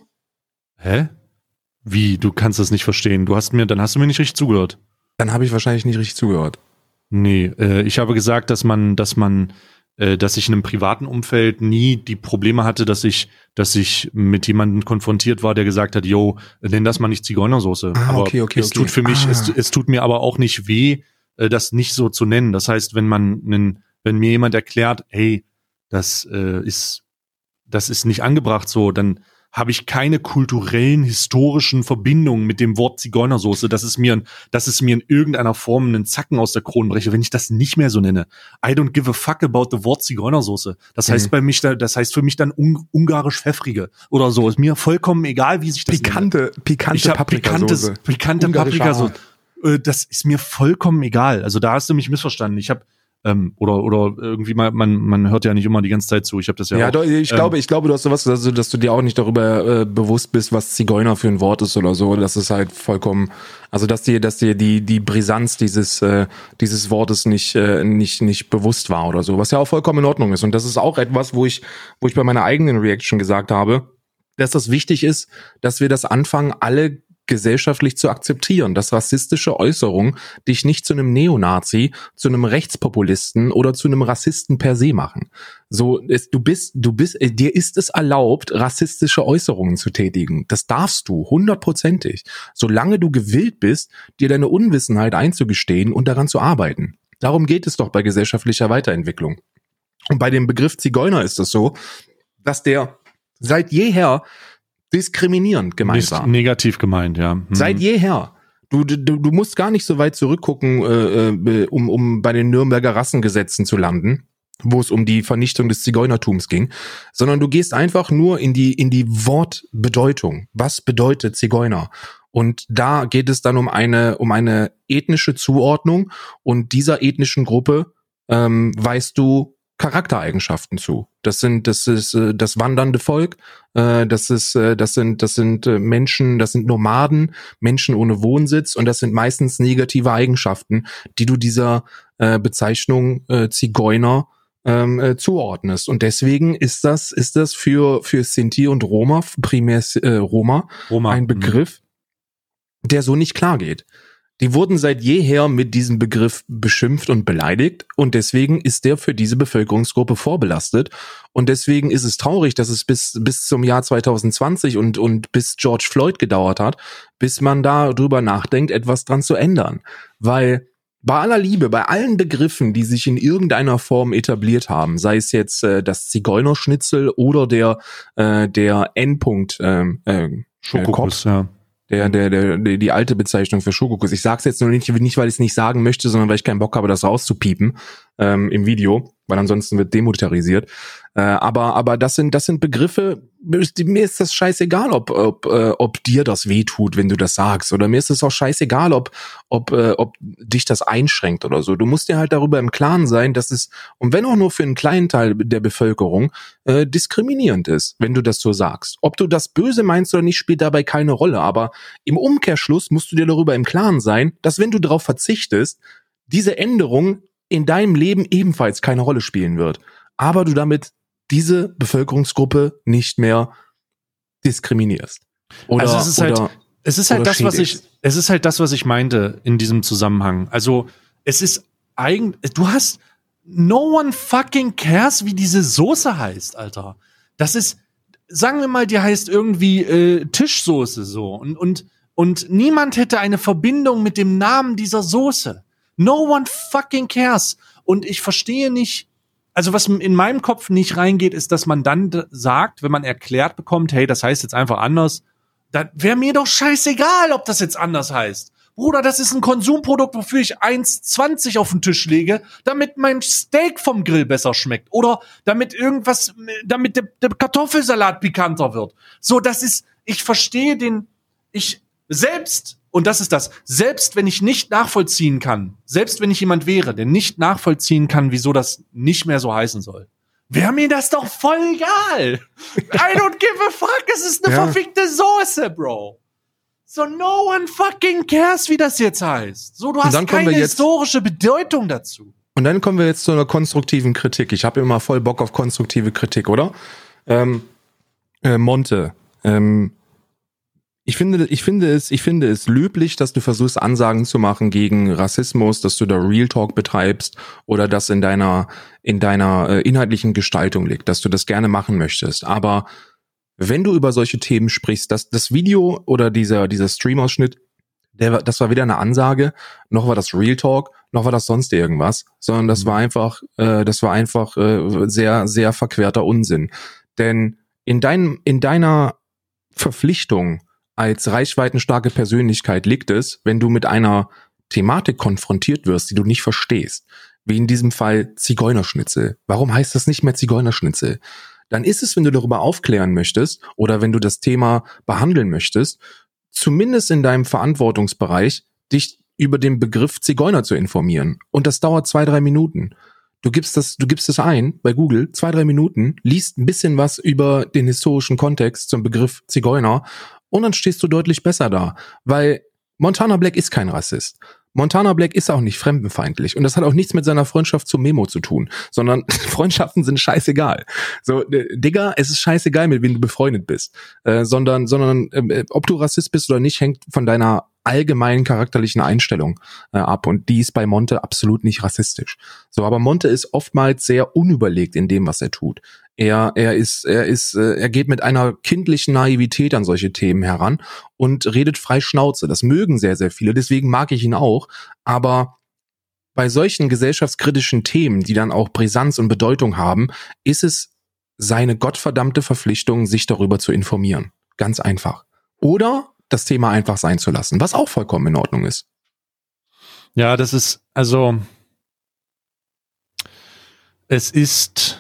Hä? Wie? Du kannst das nicht verstehen? Du hast mir, dann hast du mir nicht richtig zugehört. Dann habe ich wahrscheinlich nicht richtig zugehört. Nee, äh, ich habe gesagt, dass man, dass man dass ich in einem privaten Umfeld nie die Probleme hatte, dass ich, dass ich mit jemandem konfrontiert war, der gesagt hat, yo, nenn das mal nicht Zigeunersoße. Ah, aber okay, okay, es okay. tut für mich, ah. es, es tut mir aber auch nicht weh, das nicht so zu nennen. Das heißt, wenn man, einen, wenn mir jemand erklärt, hey, das äh, ist, das ist nicht angebracht so, dann habe ich keine kulturellen, historischen Verbindungen mit dem Wort Zigeunersoße. Das ist mir, das ist mir in irgendeiner Form einen Zacken aus der Krone breche, wenn ich das nicht mehr so nenne. I don't give a fuck about the Wort Zigeunersoße. Das heißt mhm. bei mich, da, das heißt für mich dann un- ungarisch-pfeffrige oder so. Ist mir vollkommen egal, wie sich das pikante, nennt. Pikante Paprikasoße. Pikante Paprikasoße. Das ist mir vollkommen egal. Also da hast du mich missverstanden. Ich habe Ähm, oder oder irgendwie mal, man man hört ja nicht immer die ganze Zeit zu. Ich habe das ja, ja auch. Doch, ich ähm, glaube, ich glaube, du hast sowas, also, dass du dir auch nicht darüber äh, bewusst bist, was Zigeuner für ein Wort ist oder so. Das ist halt vollkommen, also dass dir, dass dir die die Brisanz dieses äh, dieses Wortes nicht äh, nicht nicht bewusst war oder so, was ja auch vollkommen in Ordnung ist. Und das ist auch etwas, wo ich wo ich bei meiner eigenen Reaction gesagt habe, dass das wichtig ist, dass wir das anfangen, alle gesellschaftlich zu akzeptieren, dass rassistische Äußerungen dich nicht zu einem Neonazi, zu einem Rechtspopulisten oder zu einem Rassisten per se machen. So, es, du bist, du bist, äh, dir ist es erlaubt, rassistische Äußerungen zu tätigen. Das darfst du, hundertprozentig. Solange du gewillt bist, dir deine Unwissenheit einzugestehen und daran zu arbeiten. Darum geht es doch bei gesellschaftlicher Weiterentwicklung. Und bei dem Begriff Zigeuner ist es so, dass der seit jeher diskriminierend gemeint war. Negativ gemeint, ja. Hm. Seit jeher. Du, du, du musst gar nicht so weit zurückgucken, äh, um, um bei den Nürnberger Rassengesetzen zu landen, wo es um die Vernichtung des Zigeunertums ging, sondern du gehst einfach nur in die, in die Wortbedeutung. Was bedeutet Zigeuner? Und da geht es dann um eine, um eine ethnische Zuordnung und dieser ethnischen Gruppe ähm, weißt du Charaktereigenschaften zu. Das sind, das ist äh, das wandernde Volk, äh, das ist, äh, das sind, das sind äh, Menschen, das sind Nomaden, Menschen ohne Wohnsitz und das sind meistens negative Eigenschaften, die du dieser äh, Bezeichnung äh, Zigeuner ähm, äh, zuordnest. Und deswegen ist das, ist das für für Sinti und Roma, primär äh, Roma, Roma, ein Begriff, mh. der so nicht klar geht. Die wurden seit jeher mit diesem Begriff beschimpft und beleidigt und deswegen ist der für diese Bevölkerungsgruppe vorbelastet und deswegen ist es traurig, dass es bis bis zum Jahr zwanzig zwanzig und und bis George Floyd gedauert hat, bis man darüber nachdenkt, etwas dran zu ändern, weil bei aller Liebe, bei allen Begriffen, die sich in irgendeiner Form etabliert haben, sei es jetzt äh, das Zigeunerschnitzel oder der äh, der Endpunkt ähm, äh, Schokokuss, ja. Der, der, der, der, die alte Bezeichnung für Schokokuss. Ich sag's jetzt nur nicht, nicht, weil ich es nicht sagen möchte, sondern weil ich keinen Bock habe, das rauszupiepen ähm, im Video, weil ansonsten wird demonetarisiert. Äh, aber, aber das sind, das sind Begriffe. Mir ist das scheißegal, ob, ob, äh, ob dir das wehtut, wenn du das sagst, oder mir ist es auch scheißegal, ob, ob, äh, ob dich das einschränkt oder so. Du musst dir halt darüber im Klaren sein, dass es, und wenn auch nur für einen kleinen Teil der Bevölkerung, äh, diskriminierend ist, wenn du das so sagst. Ob du das böse meinst oder nicht, spielt dabei keine Rolle. Aber im Umkehrschluss musst du dir darüber im Klaren sein, dass wenn du darauf verzichtest, diese Änderung in deinem Leben ebenfalls keine Rolle spielen wird. Aber du damit diese Bevölkerungsgruppe nicht mehr diskriminierst. Oder, also es ist oder, halt, es ist halt das, was ich, es ist halt das, was ich meinte in diesem Zusammenhang. Also es ist eigentlich, du hast, no one fucking cares, wie diese Soße heißt, Alter. Das ist, sagen wir mal, die heißt irgendwie äh, Tischsoße so und, und, und niemand hätte eine Verbindung mit dem Namen dieser Soße. No one fucking cares. Und ich verstehe nicht, also was in meinem Kopf nicht reingeht, ist, dass man dann d- sagt, wenn man erklärt bekommt, hey, das heißt jetzt einfach anders, dann wäre mir doch scheißegal, ob das jetzt anders heißt. Bruder, das ist ein Konsumprodukt, wofür ich eins zwanzig auf den Tisch lege, damit mein Steak vom Grill besser schmeckt. Oder damit irgendwas, damit der, der Kartoffelsalat pikanter wird. So, das ist, ich verstehe den, ich, selbst, und das ist das, selbst wenn ich nicht nachvollziehen kann, selbst wenn ich jemand wäre, der nicht nachvollziehen kann, wieso das nicht mehr so heißen soll, wäre mir das doch voll egal. I don't give a fuck, es ist eine ja. verfickte Soße, Bro. So, no one fucking cares, wie das jetzt heißt. So, du hast keine historische Bedeutung dazu. Und dann kommen wir jetzt zu einer konstruktiven Kritik. Ich habe immer voll Bock auf konstruktive Kritik, oder? Ähm, äh, Monte, ähm, ich finde, ich finde es, ich finde es löblich, dass du versuchst, Ansagen zu machen gegen Rassismus, dass du da Real Talk betreibst oder das in deiner, in deiner äh, inhaltlichen Gestaltung liegt, dass du das gerne machen möchtest. Aber wenn du über solche Themen sprichst, das, das Video oder dieser, dieser Stream-Ausschnitt, der, das war weder eine Ansage, noch war das Real Talk, noch war das sonst irgendwas, sondern das war einfach, äh, das war einfach äh, sehr, sehr verquerter Unsinn. Denn in deinem, in deiner Verpflichtung als reichweitenstarke Persönlichkeit liegt es, wenn du mit einer Thematik konfrontiert wirst, die du nicht verstehst, wie in diesem Fall Zigeunerschnitzel. Warum heißt das nicht mehr Zigeunerschnitzel? Dann ist es, wenn du darüber aufklären möchtest oder wenn du das Thema behandeln möchtest, zumindest in deinem Verantwortungsbereich, dich über den Begriff Zigeuner zu informieren. Und das dauert zwei, drei Minuten. Du gibst das, du gibst das ein bei Google, zwei, drei Minuten, liest ein bisschen was über den historischen Kontext zum Begriff Zigeuner und dann stehst du deutlich besser da. Weil Montana Black ist kein Rassist. Montana Black ist auch nicht fremdenfeindlich und das hat auch nichts mit seiner Freundschaft zu Memo zu tun, sondern Freundschaften sind scheißegal. So, äh, Digga, es ist scheißegal, mit wem du befreundet bist, äh, sondern, sondern äh, ob du Rassist bist oder nicht, hängt von deiner allgemeinen charakterlichen Einstellung äh, ab und die ist bei Monte absolut nicht rassistisch. So, aber Monte ist oftmals sehr unüberlegt in dem, was er tut. Er, er ist, er ist, äh, er geht mit einer kindlichen Naivität an solche Themen heran und redet frei Schnauze. Das mögen sehr, sehr viele, deswegen mag ich ihn auch. Aber bei solchen gesellschaftskritischen Themen, die dann auch Brisanz und Bedeutung haben, ist es seine gottverdammte Verpflichtung, sich darüber zu informieren. Ganz einfach. Oder das Thema einfach sein zu lassen, was auch vollkommen in Ordnung ist. Ja, das ist, also, es ist,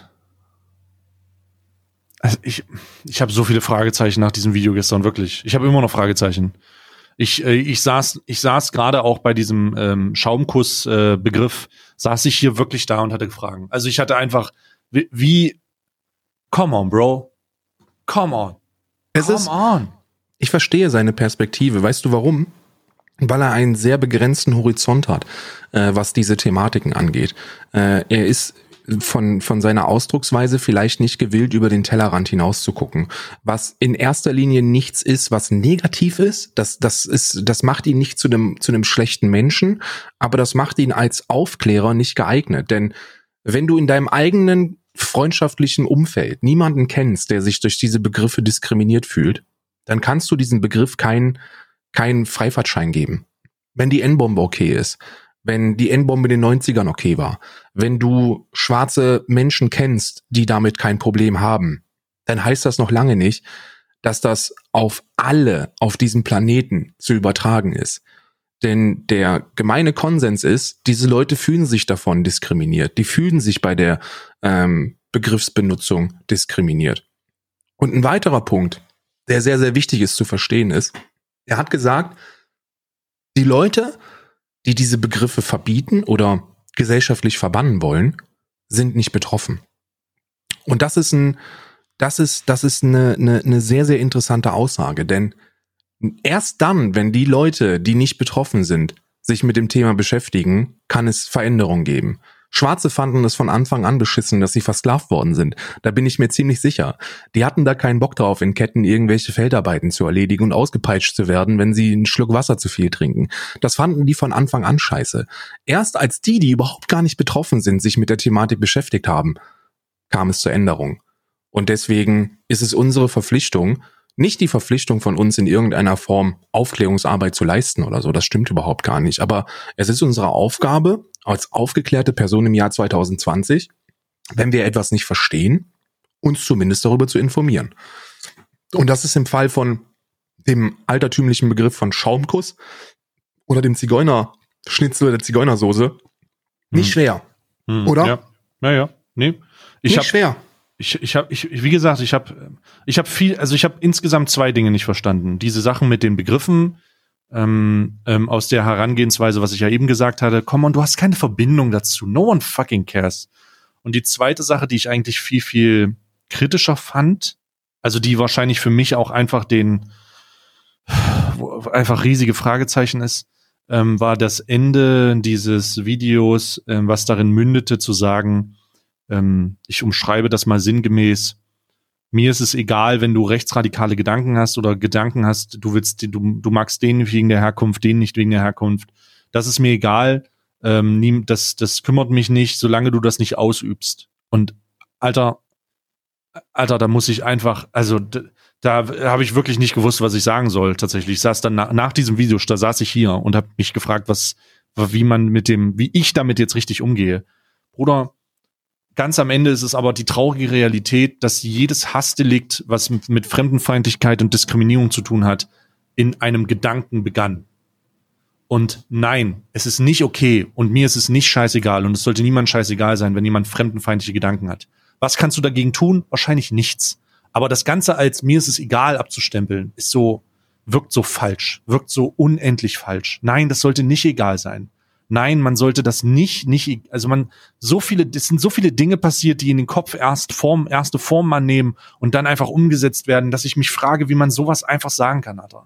also ich, ich habe so viele Fragezeichen nach diesem Video gestern, wirklich. Ich habe immer noch Fragezeichen. Ich, äh, ich saß, ich saß gerade auch bei diesem ähm, Schaumkuss-Begriff, äh, saß ich hier wirklich da und hatte Fragen. Also ich hatte einfach, wie, wie come on, Bro. Come on. Es come ist, on. Ich verstehe seine Perspektive. Weißt du warum? Weil er einen sehr begrenzten Horizont hat, äh, was diese Thematiken angeht. Äh, er ist von von seiner Ausdrucksweise vielleicht nicht gewillt, über den Tellerrand hinaus zu gucken. Was in erster Linie nichts ist, was negativ ist. Das das ist das macht ihn nicht zu einem zu einem schlechten Menschen, aber das macht ihn als Aufklärer nicht geeignet. Denn wenn du in deinem eigenen freundschaftlichen Umfeld niemanden kennst, der sich durch diese Begriffe diskriminiert fühlt, dann kannst du diesem Begriff keinen keinen Freifahrtschein geben. Wenn die N-Bombe okay ist, wenn die N-Bombe in den neunzigern okay war, wenn du schwarze Menschen kennst, die damit kein Problem haben, dann heißt das noch lange nicht, dass das auf alle auf diesem Planeten zu übertragen ist. Denn der gemeine Konsens ist, diese Leute fühlen sich davon diskriminiert. Die fühlen sich bei der ähm, Begriffsbenutzung diskriminiert. Und ein weiterer Punkt, der sehr, sehr wichtig ist zu verstehen ist, er hat gesagt, die Leute, die diese Begriffe verbieten oder gesellschaftlich verbannen wollen, sind nicht betroffen. Und das ist ein, das ist, das ist eine, eine, eine sehr, sehr interessante Aussage, denn erst dann, wenn die Leute, die nicht betroffen sind, sich mit dem Thema beschäftigen, kann es Veränderungen geben. Schwarze fanden es von Anfang an beschissen, dass sie versklavt worden sind. Da bin ich mir ziemlich sicher. Die hatten da keinen Bock drauf, in Ketten irgendwelche Feldarbeiten zu erledigen und ausgepeitscht zu werden, wenn sie einen Schluck Wasser zu viel trinken. Das fanden die von Anfang an scheiße. Erst als die, die überhaupt gar nicht betroffen sind, sich mit der Thematik beschäftigt haben, kam es zur Änderung. Und deswegen ist es unsere Verpflichtung, nicht die Verpflichtung von uns in irgendeiner Form Aufklärungsarbeit zu leisten oder so, das stimmt überhaupt gar nicht. Aber es ist unsere Aufgabe als aufgeklärte Person im Jahr zwanzig zwanzig, wenn wir etwas nicht verstehen, uns zumindest darüber zu informieren. Und das ist im Fall von dem altertümlichen Begriff von Schaumkuss oder dem Zigeunerschnitzel oder der Zigeunersoße nicht hm. schwer, hm. oder? Ja, ja, ja. Nee. Ich nicht hab, schwer. Ich, ich habe, ich, wie gesagt, ich habe, ich habe viel, also ich habe insgesamt zwei Dinge nicht verstanden. Diese Sachen mit den Begriffen ähm, ähm, aus der Herangehensweise, was ich ja eben gesagt hatte. Komm on, du hast keine Verbindung dazu. No one fucking cares. Und die zweite Sache, die ich eigentlich viel, viel kritischer fand, also die wahrscheinlich für mich auch einfach den, wo einfach riesige Fragezeichen ist, ähm, war das Ende dieses Videos, ähm, was darin mündete, zu sagen, ich umschreibe das mal sinngemäß. Mir ist es egal, wenn du rechtsradikale Gedanken hast oder Gedanken hast, du willst, du, du magst den wegen der Herkunft, den nicht wegen der Herkunft. Das ist mir egal. Ähm, das, das kümmert mich nicht, solange du das nicht ausübst. Und Alter, Alter, da muss ich einfach, also da, da habe ich wirklich nicht gewusst, was ich sagen soll. Tatsächlich, ich saß dann nach, nach diesem Video, da saß ich hier und habe mich gefragt, was, wie man mit dem, wie ich damit jetzt richtig umgehe. Bruder, ganz am Ende ist es aber die traurige Realität, dass jedes Hassdelikt, was mit Fremdenfeindlichkeit und Diskriminierung zu tun hat, in einem Gedanken begann. Und nein, es ist nicht okay und mir ist es nicht scheißegal und es sollte niemand scheißegal sein, wenn jemand fremdenfeindliche Gedanken hat. Was kannst du dagegen tun? Wahrscheinlich nichts. Aber das Ganze als mir ist es egal abzustempeln, ist so, wirkt so falsch, wirkt so unendlich falsch. Nein, das sollte nicht egal sein. Nein, man sollte das nicht, nicht, also man, so viele, es sind so viele Dinge passiert, die in den Kopf erst Form, erste Form annehmen und dann einfach umgesetzt werden, dass ich mich frage, wie man sowas einfach sagen kann, Alter.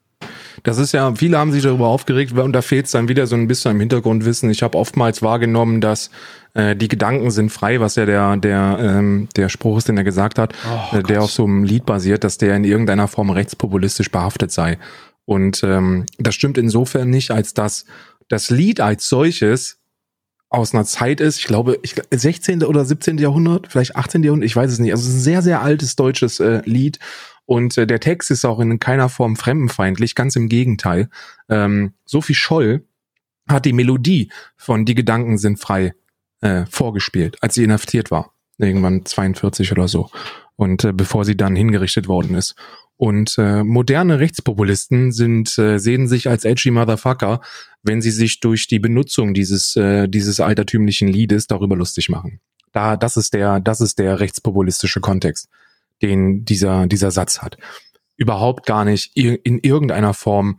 Das ist ja, viele haben sich darüber aufgeregt, und da fehlt es dann wieder so ein bisschen im Hintergrundwissen. Ich habe oftmals wahrgenommen, dass äh, die Gedanken sind frei, was ja der der ähm, der Spruch ist, den er gesagt hat, oh, äh, der auf so einem Lied basiert, dass der in irgendeiner Form rechtspopulistisch behaftet sei. Und ähm, das stimmt insofern nicht, als dass das Lied als solches aus einer Zeit ist, ich glaube, ich, sechzehnten oder siebzehnten Jahrhundert, vielleicht achtzehnten Jahrhundert, ich weiß es nicht. Also es ist ein sehr, sehr altes deutsches äh, Lied und äh, der Text ist auch in keiner Form fremdenfeindlich, ganz im Gegenteil. Ähm, Sophie Scholl hat die Melodie von Die Gedanken sind frei äh, vorgespielt, als sie inhaftiert war, irgendwann zweiundvierzig oder so, und äh, bevor sie dann hingerichtet worden ist. Und äh, moderne Rechtspopulisten sind äh, sehen sich als edgy Motherfucker, wenn sie sich durch die Benutzung dieses äh, dieses altertümlichen Liedes darüber lustig machen. Da das ist der das ist der rechtspopulistische Kontext, den dieser dieser Satz hat. Überhaupt gar nicht in irgendeiner Form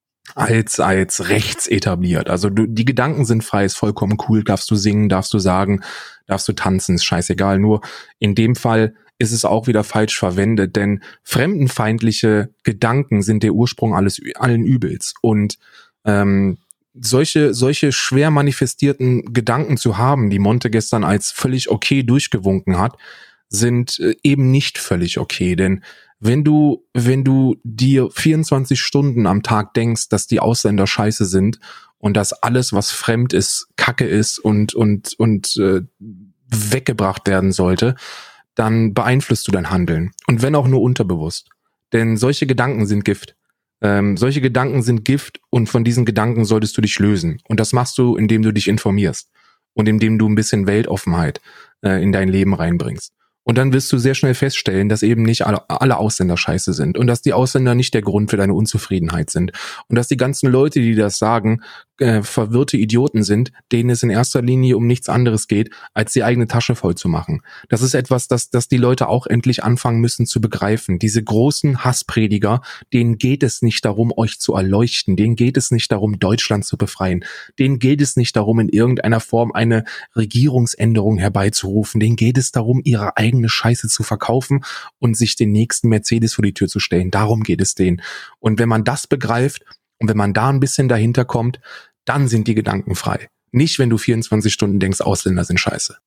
als als rechts etabliert. Also du, die Gedanken sind frei, ist vollkommen cool, darfst du singen, darfst du sagen, darfst du tanzen, ist scheißegal. Nur in dem Fall ist es auch wieder falsch verwendet, denn fremdenfeindliche Gedanken sind der Ursprung alles allen Übels. Und ähm, solche solche schwer manifestierten Gedanken zu haben, die Monte gestern als völlig okay durchgewunken hat, sind äh, eben nicht völlig okay. Denn wenn du wenn du dir vierundzwanzig Stunden am Tag denkst, dass die Ausländer scheiße sind und dass alles, was fremd ist, Kacke ist und und und äh, weggebracht werden sollte, dann beeinflusst du dein Handeln. Und wenn auch nur unterbewusst. Denn solche Gedanken sind Gift. Ähm, solche Gedanken sind Gift und von diesen Gedanken solltest du dich lösen. Und das machst du, indem du dich informierst und indem du ein bisschen Weltoffenheit äh, in dein Leben reinbringst. Und dann wirst du sehr schnell feststellen, dass eben nicht alle, alle Ausländer scheiße sind und dass die Ausländer nicht der Grund für deine Unzufriedenheit sind und dass die ganzen Leute, die das sagen, äh, verwirrte Idioten sind, denen es in erster Linie um nichts anderes geht, als die eigene Tasche voll zu machen. Das ist etwas, das, das die Leute auch endlich anfangen müssen zu begreifen. Diese großen Hassprediger, denen geht es nicht darum, euch zu erleuchten, denen geht es nicht darum, Deutschland zu befreien, denen geht es nicht darum, in irgendeiner Form eine Regierungsänderung herbeizurufen, denen geht es darum, ihre eigene Scheiße zu verkaufen und sich den nächsten Mercedes vor die Tür zu stellen. Darum geht es denen. Und wenn man das begreift und wenn man da ein bisschen dahinter kommt, dann sind die Gedanken frei. Nicht, wenn du vierundzwanzig Stunden denkst, Ausländer sind scheiße.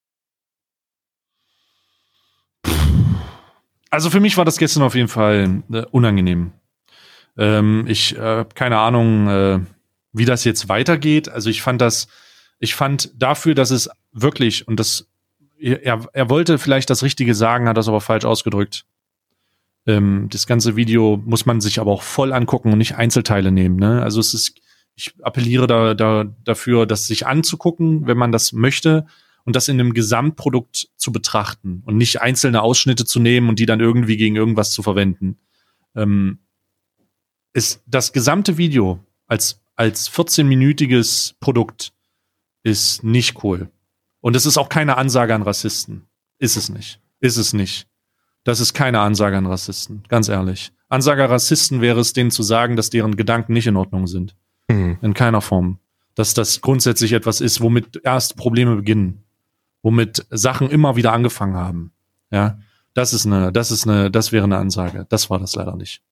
Also für mich war das gestern auf jeden Fall äh, unangenehm. Ähm, ich äh, keine Ahnung, äh, wie das jetzt weitergeht. Also ich fand das, ich fand dafür, dass es wirklich, und das, er, er wollte vielleicht das Richtige sagen, hat das aber falsch ausgedrückt. Ähm, das ganze Video muss man sich aber auch voll angucken und nicht Einzelteile nehmen. Ne? Also es ist, ich appelliere da, da dafür, das sich anzugucken, wenn man das möchte, und das in einem Gesamtprodukt zu betrachten und nicht einzelne Ausschnitte zu nehmen und die dann irgendwie gegen irgendwas zu verwenden. Ähm, ist das gesamte Video als als vierzehnminütiges Produkt ist nicht cool. Und es ist auch keine Ansage an Rassisten. Ist es nicht. Ist es nicht. Das ist keine Ansage an Rassisten, ganz ehrlich. Ansage an Rassisten wäre es, denen zu sagen, dass deren Gedanken nicht in Ordnung sind. Mhm. In keiner Form. Dass das grundsätzlich etwas ist, womit erst Probleme beginnen. Womit Sachen immer wieder angefangen haben. Ja, das ist eine, das ist eine, das wäre eine Ansage. Das war das leider nicht.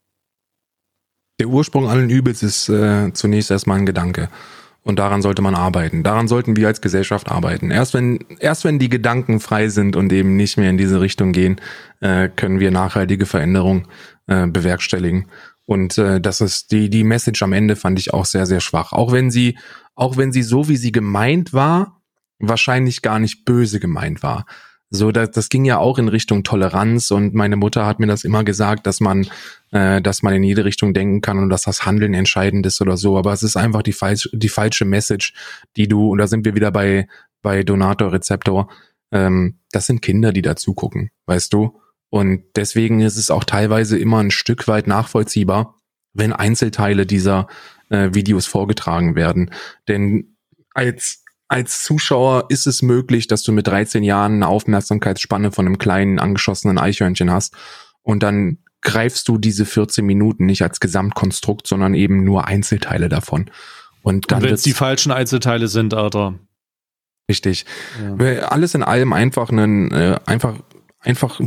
Der Ursprung allen Übels ist äh, zunächst erstmal ein Gedanke. Und daran sollte man arbeiten. Daran sollten wir als Gesellschaft arbeiten. Erst wenn, erst wenn die Gedanken frei sind und eben nicht mehr in diese Richtung gehen, äh, können wir nachhaltige Veränderung äh, bewerkstelligen. Und äh, das ist die, die Message am Ende fand ich auch sehr, sehr schwach. Auch wenn sie, auch wenn sie so, wie sie gemeint war, wahrscheinlich gar nicht böse gemeint war. So, das, das ging ja auch in Richtung Toleranz, und meine Mutter hat mir das immer gesagt, dass man, äh, dass man in jede Richtung denken kann und dass das Handeln entscheidend ist oder so. Aber es ist einfach die falsche, die falsche Message, die du, und da sind wir wieder bei bei Donator Rezeptor. Ähm, das sind Kinder, die da zugucken, weißt du. Und deswegen ist es auch teilweise immer ein Stück weit nachvollziehbar, wenn Einzelteile dieser äh, Videos vorgetragen werden, denn als Als Zuschauer ist es möglich, dass du mit dreizehn Jahren eine Aufmerksamkeitsspanne von einem kleinen, angeschossenen Eichhörnchen hast, und dann greifst du diese vierzehn Minuten nicht als Gesamtkonstrukt, sondern eben nur Einzelteile davon. Und dann und wenn es die falschen Einzelteile sind, Alter. Richtig. Ja. Alles in allem einfach einen, äh, einfach, einfach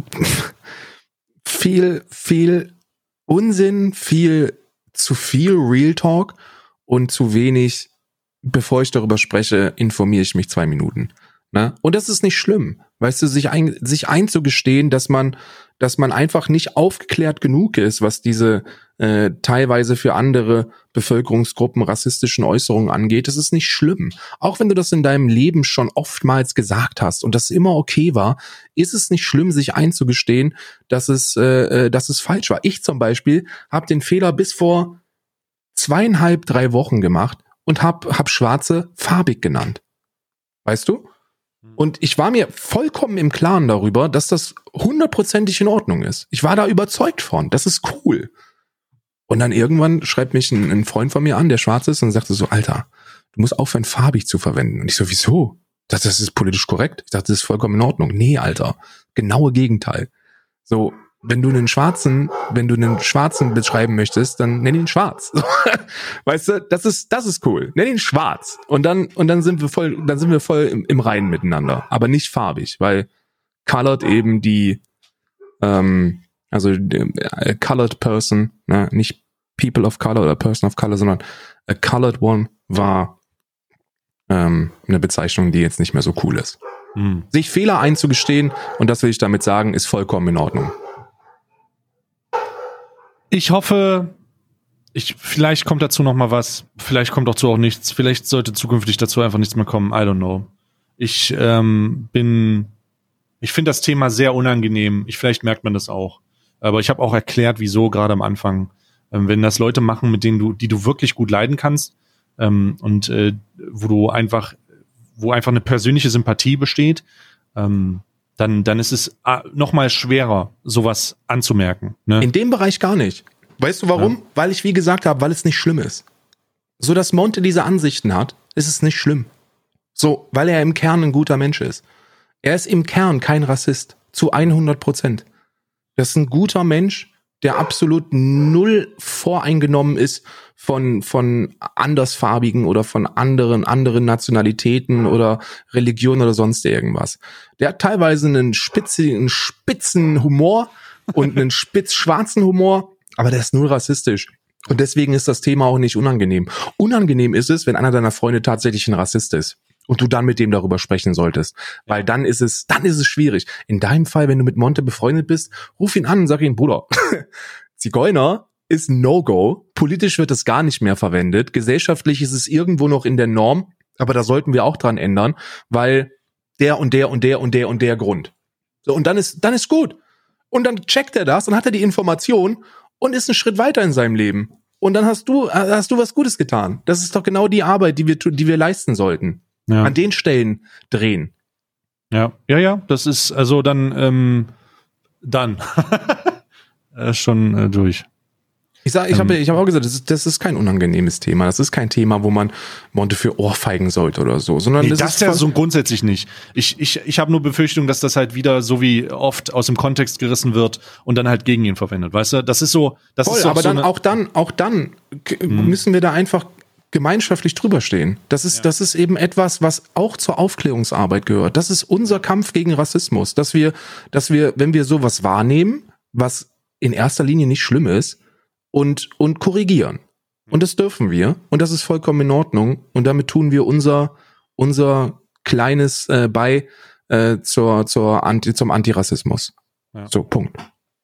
viel, viel Unsinn, viel zu viel Real Talk und zu wenig. Bevor ich darüber spreche, informiere ich mich zwei Minuten. Ne? Und das ist nicht schlimm. Weißt du, sich, ein, sich einzugestehen, dass man, dass man einfach nicht aufgeklärt genug ist, was diese äh, teilweise für andere Bevölkerungsgruppen rassistischen Äußerungen angeht, das ist nicht schlimm. Auch wenn du das in deinem Leben schon oftmals gesagt hast und das immer okay war, ist es nicht schlimm, sich einzugestehen, dass es, äh, dass es falsch war. Ich zum Beispiel habe den Fehler bis vor zweieinhalb, drei Wochen gemacht, und hab, hab Schwarze farbig genannt. Weißt du? Und ich war mir vollkommen im Klaren darüber, dass das hundertprozentig in Ordnung ist. Ich war da überzeugt von. Das ist cool. Und dann irgendwann schreibt mich ein, ein Freund von mir an, der schwarz ist, und sagte so, Alter, du musst aufhören, farbig zu verwenden. Und ich so, wieso? Ich dachte, das ist politisch korrekt. Ich dachte, das ist vollkommen in Ordnung. Nee, Alter. Genaue Gegenteil. So, wenn du einen Schwarzen, wenn du einen Schwarzen beschreiben möchtest, dann nenn ihn schwarz. Weißt du, das ist, das ist cool. Nenn ihn schwarz. Und dann, und dann sind wir voll, dann sind wir voll im, im Reinen miteinander. Aber nicht farbig, weil colored eben die, ähm, also, a colored person, ne, nicht people of color oder person of color, sondern a colored one war, ähm, eine Bezeichnung, die jetzt nicht mehr so cool ist. Hm. Sich Fehler einzugestehen, und das will ich damit sagen, ist vollkommen in Ordnung. Ich hoffe, ich, vielleicht kommt dazu noch mal was, vielleicht kommt dazu auch nichts, vielleicht sollte zukünftig dazu einfach nichts mehr kommen, I don't know. Ich ähm, bin, ich finde das Thema sehr unangenehm, ich, vielleicht merkt man das auch, aber ich habe auch erklärt, wieso gerade am Anfang, ähm, wenn das Leute machen, mit denen du, die du wirklich gut leiden kannst, ähm, und äh, wo du einfach, wo einfach eine persönliche Sympathie besteht, ähm, dann dann ist es noch mal schwerer, sowas anzumerken. Ne? In dem Bereich gar nicht. Weißt du warum? Ja. Weil ich, wie gesagt habe, weil es nicht schlimm ist. So, dass Monte diese Ansichten hat, ist es nicht schlimm. So, weil er im Kern ein guter Mensch ist. Er ist im Kern kein Rassist. Zu hundert Prozent. Das ist ein guter Mensch, der absolut null voreingenommen ist von von andersfarbigen oder von anderen anderen Nationalitäten oder Religionen oder sonst irgendwas. Der hat teilweise einen spitzen, einen spitzen Humor und einen spitz-schwarzen Humor, aber der ist null rassistisch. Und deswegen ist das Thema auch nicht unangenehm. Unangenehm ist es, wenn einer deiner Freunde tatsächlich ein Rassist ist und du dann mit dem darüber sprechen solltest. Weil dann ist es, dann ist es schwierig. In deinem Fall, wenn du mit Monte befreundet bist, ruf ihn an und sag ihm, Bruder, Zigeuner ist ein No-Go. Politisch wird es gar nicht mehr verwendet. Gesellschaftlich ist es irgendwo noch in der Norm. Aber da sollten wir auch dran ändern, weil der und der und der und der und der Grund. So, und dann ist, dann ist gut. Und dann checkt er das und hat er die Information und ist einen Schritt weiter in seinem Leben. Und dann hast du, hast du was Gutes getan. Das ist doch genau die Arbeit, die wir, die wir leisten sollten. Ja. An den Stellen drehen. Ja, ja, ja, das ist also dann, ähm, dann äh, schon äh, durch. Ich sag, ich habe, ich habe auch gesagt, das ist, das ist kein unangenehmes Thema. Das ist kein Thema, wo man Monte für ohrfeigen sollte oder so, sondern nee, das, das ist ja so grundsätzlich nicht. Ich, ich, ich habe nur Befürchtung, dass das halt wieder so wie oft aus dem Kontext gerissen wird und dann halt gegen ihn verwendet. Weißt du, das ist so, das voll, ist so aber so dann auch dann, auch dann hm. müssen wir da einfach gemeinschaftlich drüber stehen. Das ist, ja. das ist eben etwas, was auch zur Aufklärungsarbeit gehört. Das ist unser Kampf gegen Rassismus, dass wir, dass wir, wenn wir sowas wahrnehmen, was in erster Linie nicht schlimm ist, und und korrigieren. Und das dürfen wir. Und das ist vollkommen in Ordnung. Und damit tun wir unser unser kleines äh, bei äh, zur zur Anti, zum Antirassismus. Ja. So, Punkt.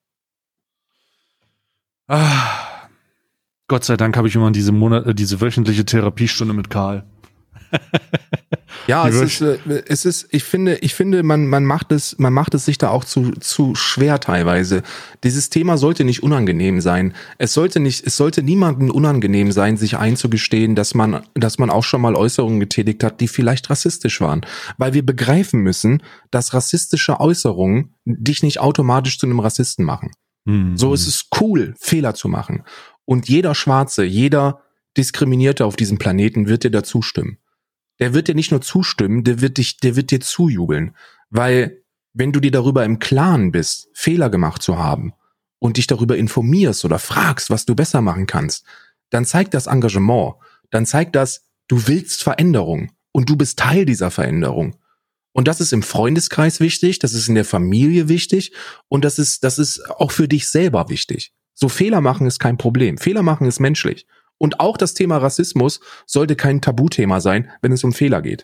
Ah, Gott sei Dank habe ich immer diese Monat, äh, diese wöchentliche Therapiestunde mit Karl. Ja, es ist, äh, es ist, ich finde, ich finde, man, man macht es, man macht es sich da auch zu, zu schwer teilweise. Dieses Thema sollte nicht unangenehm sein. Es sollte nicht, es sollte niemandem unangenehm sein, sich einzugestehen, dass man, dass man auch schon mal Äußerungen getätigt hat, die vielleicht rassistisch waren. Weil wir begreifen müssen, dass rassistische Äußerungen dich nicht automatisch zu einem Rassisten machen. Mhm. So ist es cool, Fehler zu machen. Und jeder Schwarze, jeder Diskriminierte auf diesem Planeten wird dir dazu stimmen. Der wird dir nicht nur zustimmen, der wird dich, der wird dir zujubeln. Weil, wenn du dir darüber im Klaren bist, Fehler gemacht zu haben und dich darüber informierst oder fragst, was du besser machen kannst, dann zeigt das Engagement, dann zeigt das, du willst Veränderung und du bist Teil dieser Veränderung. Und das ist im Freundeskreis wichtig, das ist in der Familie wichtig und das ist, das ist auch für dich selber wichtig. So Fehler machen ist kein Problem. Fehler machen ist menschlich. Und auch das Thema Rassismus sollte kein Tabuthema sein, wenn es um Fehler geht.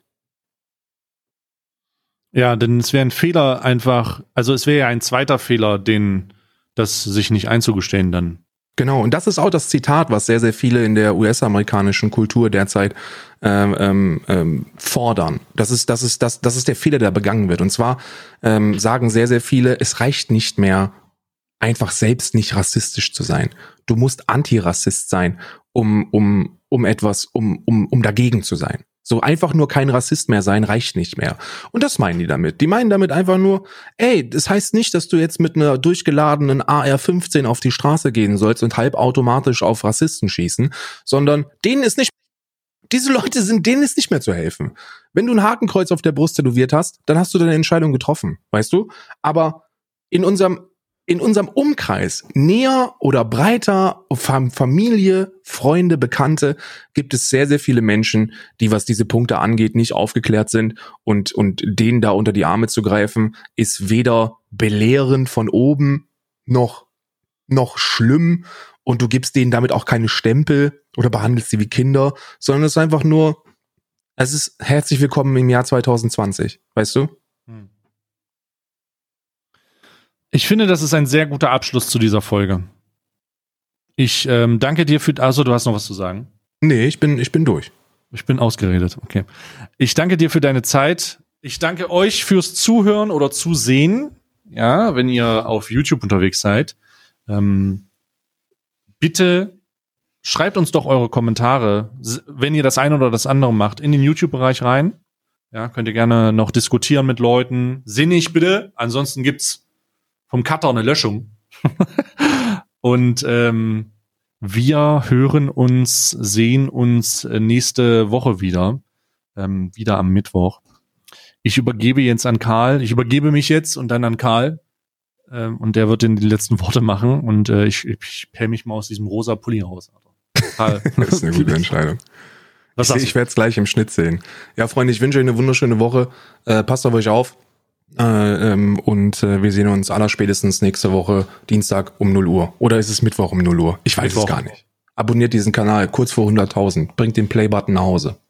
Ja, denn es wäre ein Fehler einfach, also es wäre ja ein zweiter Fehler, den, das sich nicht einzugestehen dann. Genau, und das ist auch das Zitat, was sehr, sehr viele in der U S-amerikanischen Kultur derzeit ähm, ähm, fordern. Das ist, das ist, das, das ist der Fehler, der begangen wird. Und zwar ähm, sagen sehr, sehr viele, es reicht nicht mehr, einfach selbst nicht rassistisch zu sein. Du musst Antirassist sein, um um um etwas, um um um dagegen zu sein. So einfach nur kein Rassist mehr sein reicht nicht mehr. Und das meinen die damit. Die meinen damit einfach nur, ey, das heißt nicht, dass du jetzt mit einer durchgeladenen A R fünfzehn auf die Straße gehen sollst und halbautomatisch auf Rassisten schießen, sondern denen ist nicht, diese Leute sind, denen ist nicht mehr zu helfen. Wenn du ein Hakenkreuz auf der Brust tätowiert hast, dann hast du deine Entscheidung getroffen, weißt du? Aber in unserem In unserem Umkreis, näher oder breiter, Familie, Freunde, Bekannte, gibt es sehr, sehr viele Menschen, die, was diese Punkte angeht, nicht aufgeklärt sind und, und denen da unter die Arme zu greifen, ist weder belehrend von oben noch, noch schlimm und du gibst denen damit auch keine Stempel oder behandelst sie wie Kinder, sondern es ist einfach nur, es ist herzlich willkommen im Jahr zwanzig zwanzig, weißt du? Hm. Ich finde, das ist ein sehr guter Abschluss zu dieser Folge. Ich ähm, danke dir für... Also, du hast noch was zu sagen? Nee, ich bin, ich bin durch. Ich bin ausgeredet, okay. Ich danke dir für deine Zeit. Ich danke euch fürs Zuhören oder Zusehen. Ja, wenn ihr auf YouTube unterwegs seid. Ähm, bitte schreibt uns doch eure Kommentare, wenn ihr das eine oder das andere macht, in den YouTube-Bereich rein. Ja, könnt ihr gerne noch diskutieren mit Leuten. Sinnig bitte, ansonsten gibt's vom Cutter eine Löschung. Und ähm, wir hören uns, sehen uns nächste Woche wieder. Ähm, wieder am Mittwoch. Ich übergebe jetzt an Karl. Ich übergebe mich jetzt und dann an Karl. Ähm, und der wird dann die letzten Worte machen. Und äh, ich, ich pell mich mal aus diesem rosa Pulli raus. Karl. Das ist eine gute Entscheidung. Was ich ich werde es gleich im Schnitt sehen. Ja, Freunde, ich wünsche euch eine wunderschöne Woche. Äh, passt auf euch auf. Äh, ähm, und äh, wir sehen uns allerspätestens nächste Woche Dienstag um null Uhr. Oder ist es Mittwoch um null Uhr? Ich weiß Mittwoch. es gar nicht. abonniert diesen Kanal kurz vor hunderttausend, bringt den Play-Button nach Hause.